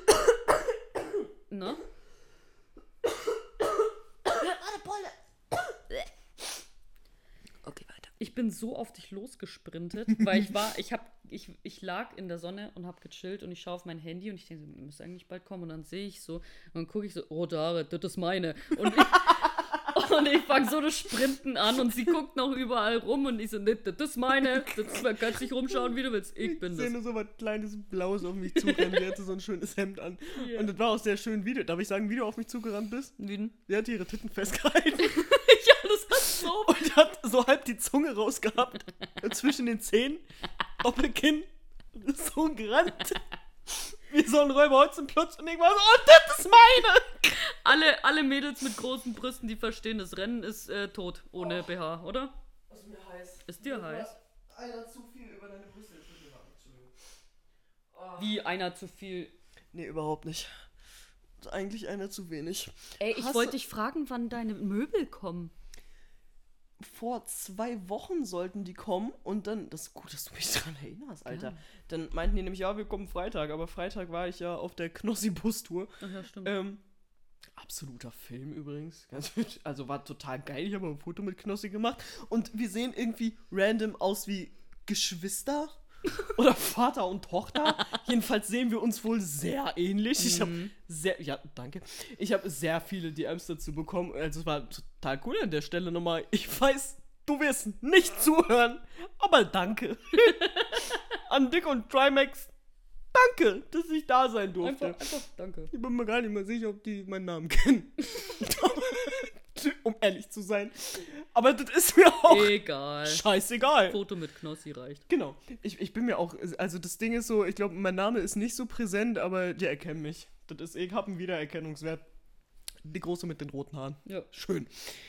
Ne? Okay, weiter. Ich bin so auf dich losgesprintet, weil ich lag in der Sonne und hab gechillt und ich schaue auf mein Handy und ich denke, wir müssen eigentlich bald kommen und dann sehe ich so und dann gucke ich so, oh, David, das ist meine. Und ich fange so das Sprinten an und sie guckt noch überall rum und ich so, nee, das ist meine. Du kannst dich rumschauen, wie du willst. Ich bin das. Ich sehe nur so was kleines Blaues auf mich zurennen. Die hatte so ein schönes Hemd an. Yeah. Und das war auch sehr schön, wie du, darf ich sagen, wie du auf mich zugerannt bist? Wie denn? Sie hat ihre Titten festgehalten. Ja, das hat so. Und hat so halb die Zunge rausgehabt. Zwischen den Zähnen. Doppelkinn. So gerannt. Wie so ein Räuber Hotzenplotz. Und ich war so, oh, das ist meine. Alle Mädels mit großen Brüsten, die verstehen, das Rennen ist tot. Ohne BH, oder? Das ist mir heiß. Ist dir heiß? Einer zu viel über deine Brüste. Wie einer zu viel? Nee, überhaupt nicht. Eigentlich einer zu wenig. Ey, ich wollte dich fragen, wann deine Möbel kommen. Vor 2 Wochen sollten die kommen und dann, das ist gut, dass du mich daran erinnerst, Alter. Ja. Dann meinten die nämlich, ja, wir kommen Freitag, aber Freitag war ich ja auf der Knossi-Bus-Tour. Ach ja, stimmt. Absoluter Film übrigens. Also war total geil, ich habe ein Foto mit Knossi gemacht und wir sehen irgendwie random aus wie Geschwister oder Vater und Tochter. Jedenfalls sehen wir uns wohl sehr ähnlich. Ich habe Ich habe sehr viele DMs dazu bekommen. Also es war total cool an der Stelle nochmal. Ich weiß, du wirst nicht zuhören, aber danke. An Dick und Trimax, danke, dass ich da sein durfte. Einfach danke. Ich bin mir gar nicht mehr sicher, ob die meinen Namen kennen. Um ehrlich zu sein. Aber das ist mir auch egal. Scheißegal. Foto mit Knossi reicht. Genau. Ich bin mir auch, also das Ding ist so, ich glaube, mein Name ist nicht so präsent, aber die erkennen mich. Ich habe einen Wiedererkennungswert. Die Große mit den roten Haaren. Ja. Schön.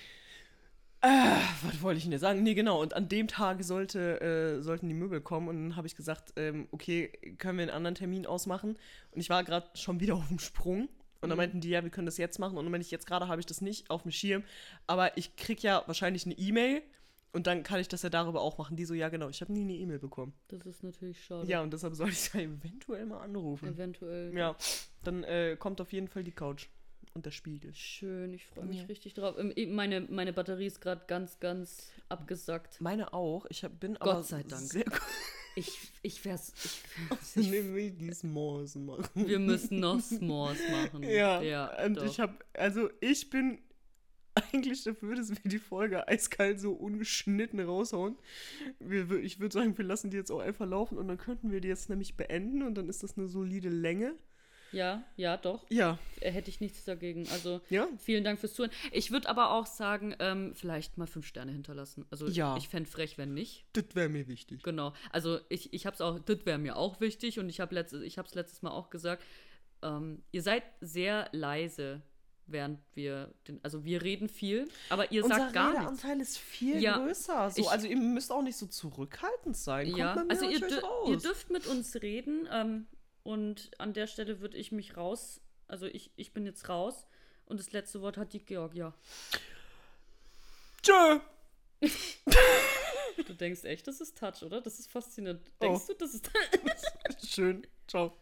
Was wollte ich denn sagen? Nee, genau. Und an dem Tag sollten die Möbel kommen und dann habe ich gesagt, okay, können wir einen anderen Termin ausmachen? Und ich war gerade schon wieder auf dem Sprung. Und dann meinten die, ja, wir können das jetzt machen. Und dann meinte ich, jetzt gerade habe ich das nicht auf dem Schirm. Aber ich krieg ja wahrscheinlich eine E-Mail. Und dann kann ich das ja darüber auch machen. Die so, ja genau, ich habe nie eine E-Mail bekommen. Das ist natürlich schade. Ja, und deshalb soll ich da eventuell mal anrufen. Eventuell. Ja, dann kommt auf jeden Fall die Couch. Und der Spiegel. Schön, ich freue mich richtig drauf. Meine Batterie ist gerade ganz, ganz abgesackt. Meine auch. Bin Gott aber sei Dank. Sehr Ich wär's. Nehmen wir die S'mores machen. Wir müssen noch S'mores machen. Ja, und doch. Ich bin eigentlich dafür, dass wir die Folge eiskalt so ungeschnitten raushauen. Ich würde sagen, wir lassen die jetzt auch einfach laufen und dann könnten wir die jetzt nämlich beenden und dann ist das eine solide Länge. Ja, doch. Ja. Hätte ich nichts dagegen. Also, ja? Vielen Dank fürs Zuhören. Ich würde aber auch sagen, vielleicht mal 5 Sterne hinterlassen. Also, ja. Ich fände frech, wenn nicht. Das wäre mir wichtig. Genau. Also, ich hab's auch, das wäre mir auch wichtig und ich hab's letztes Mal auch gesagt, ihr seid sehr leise, während also wir reden viel, aber ihr Unser sagt gar nichts. Redeanteil ist viel Ja, größer. So, also ihr müsst auch nicht so zurückhaltend sein. Kommt Ja, bei mir also ihr natürlich raus. dürft mit uns reden, und an der Stelle würde ich mich also ich bin jetzt raus und das letzte Wort hat die Georgia. Tschö. Du denkst echt, das ist Touch, oder? Das ist faszinierend. Denkst du, das ist Schön. Ciao.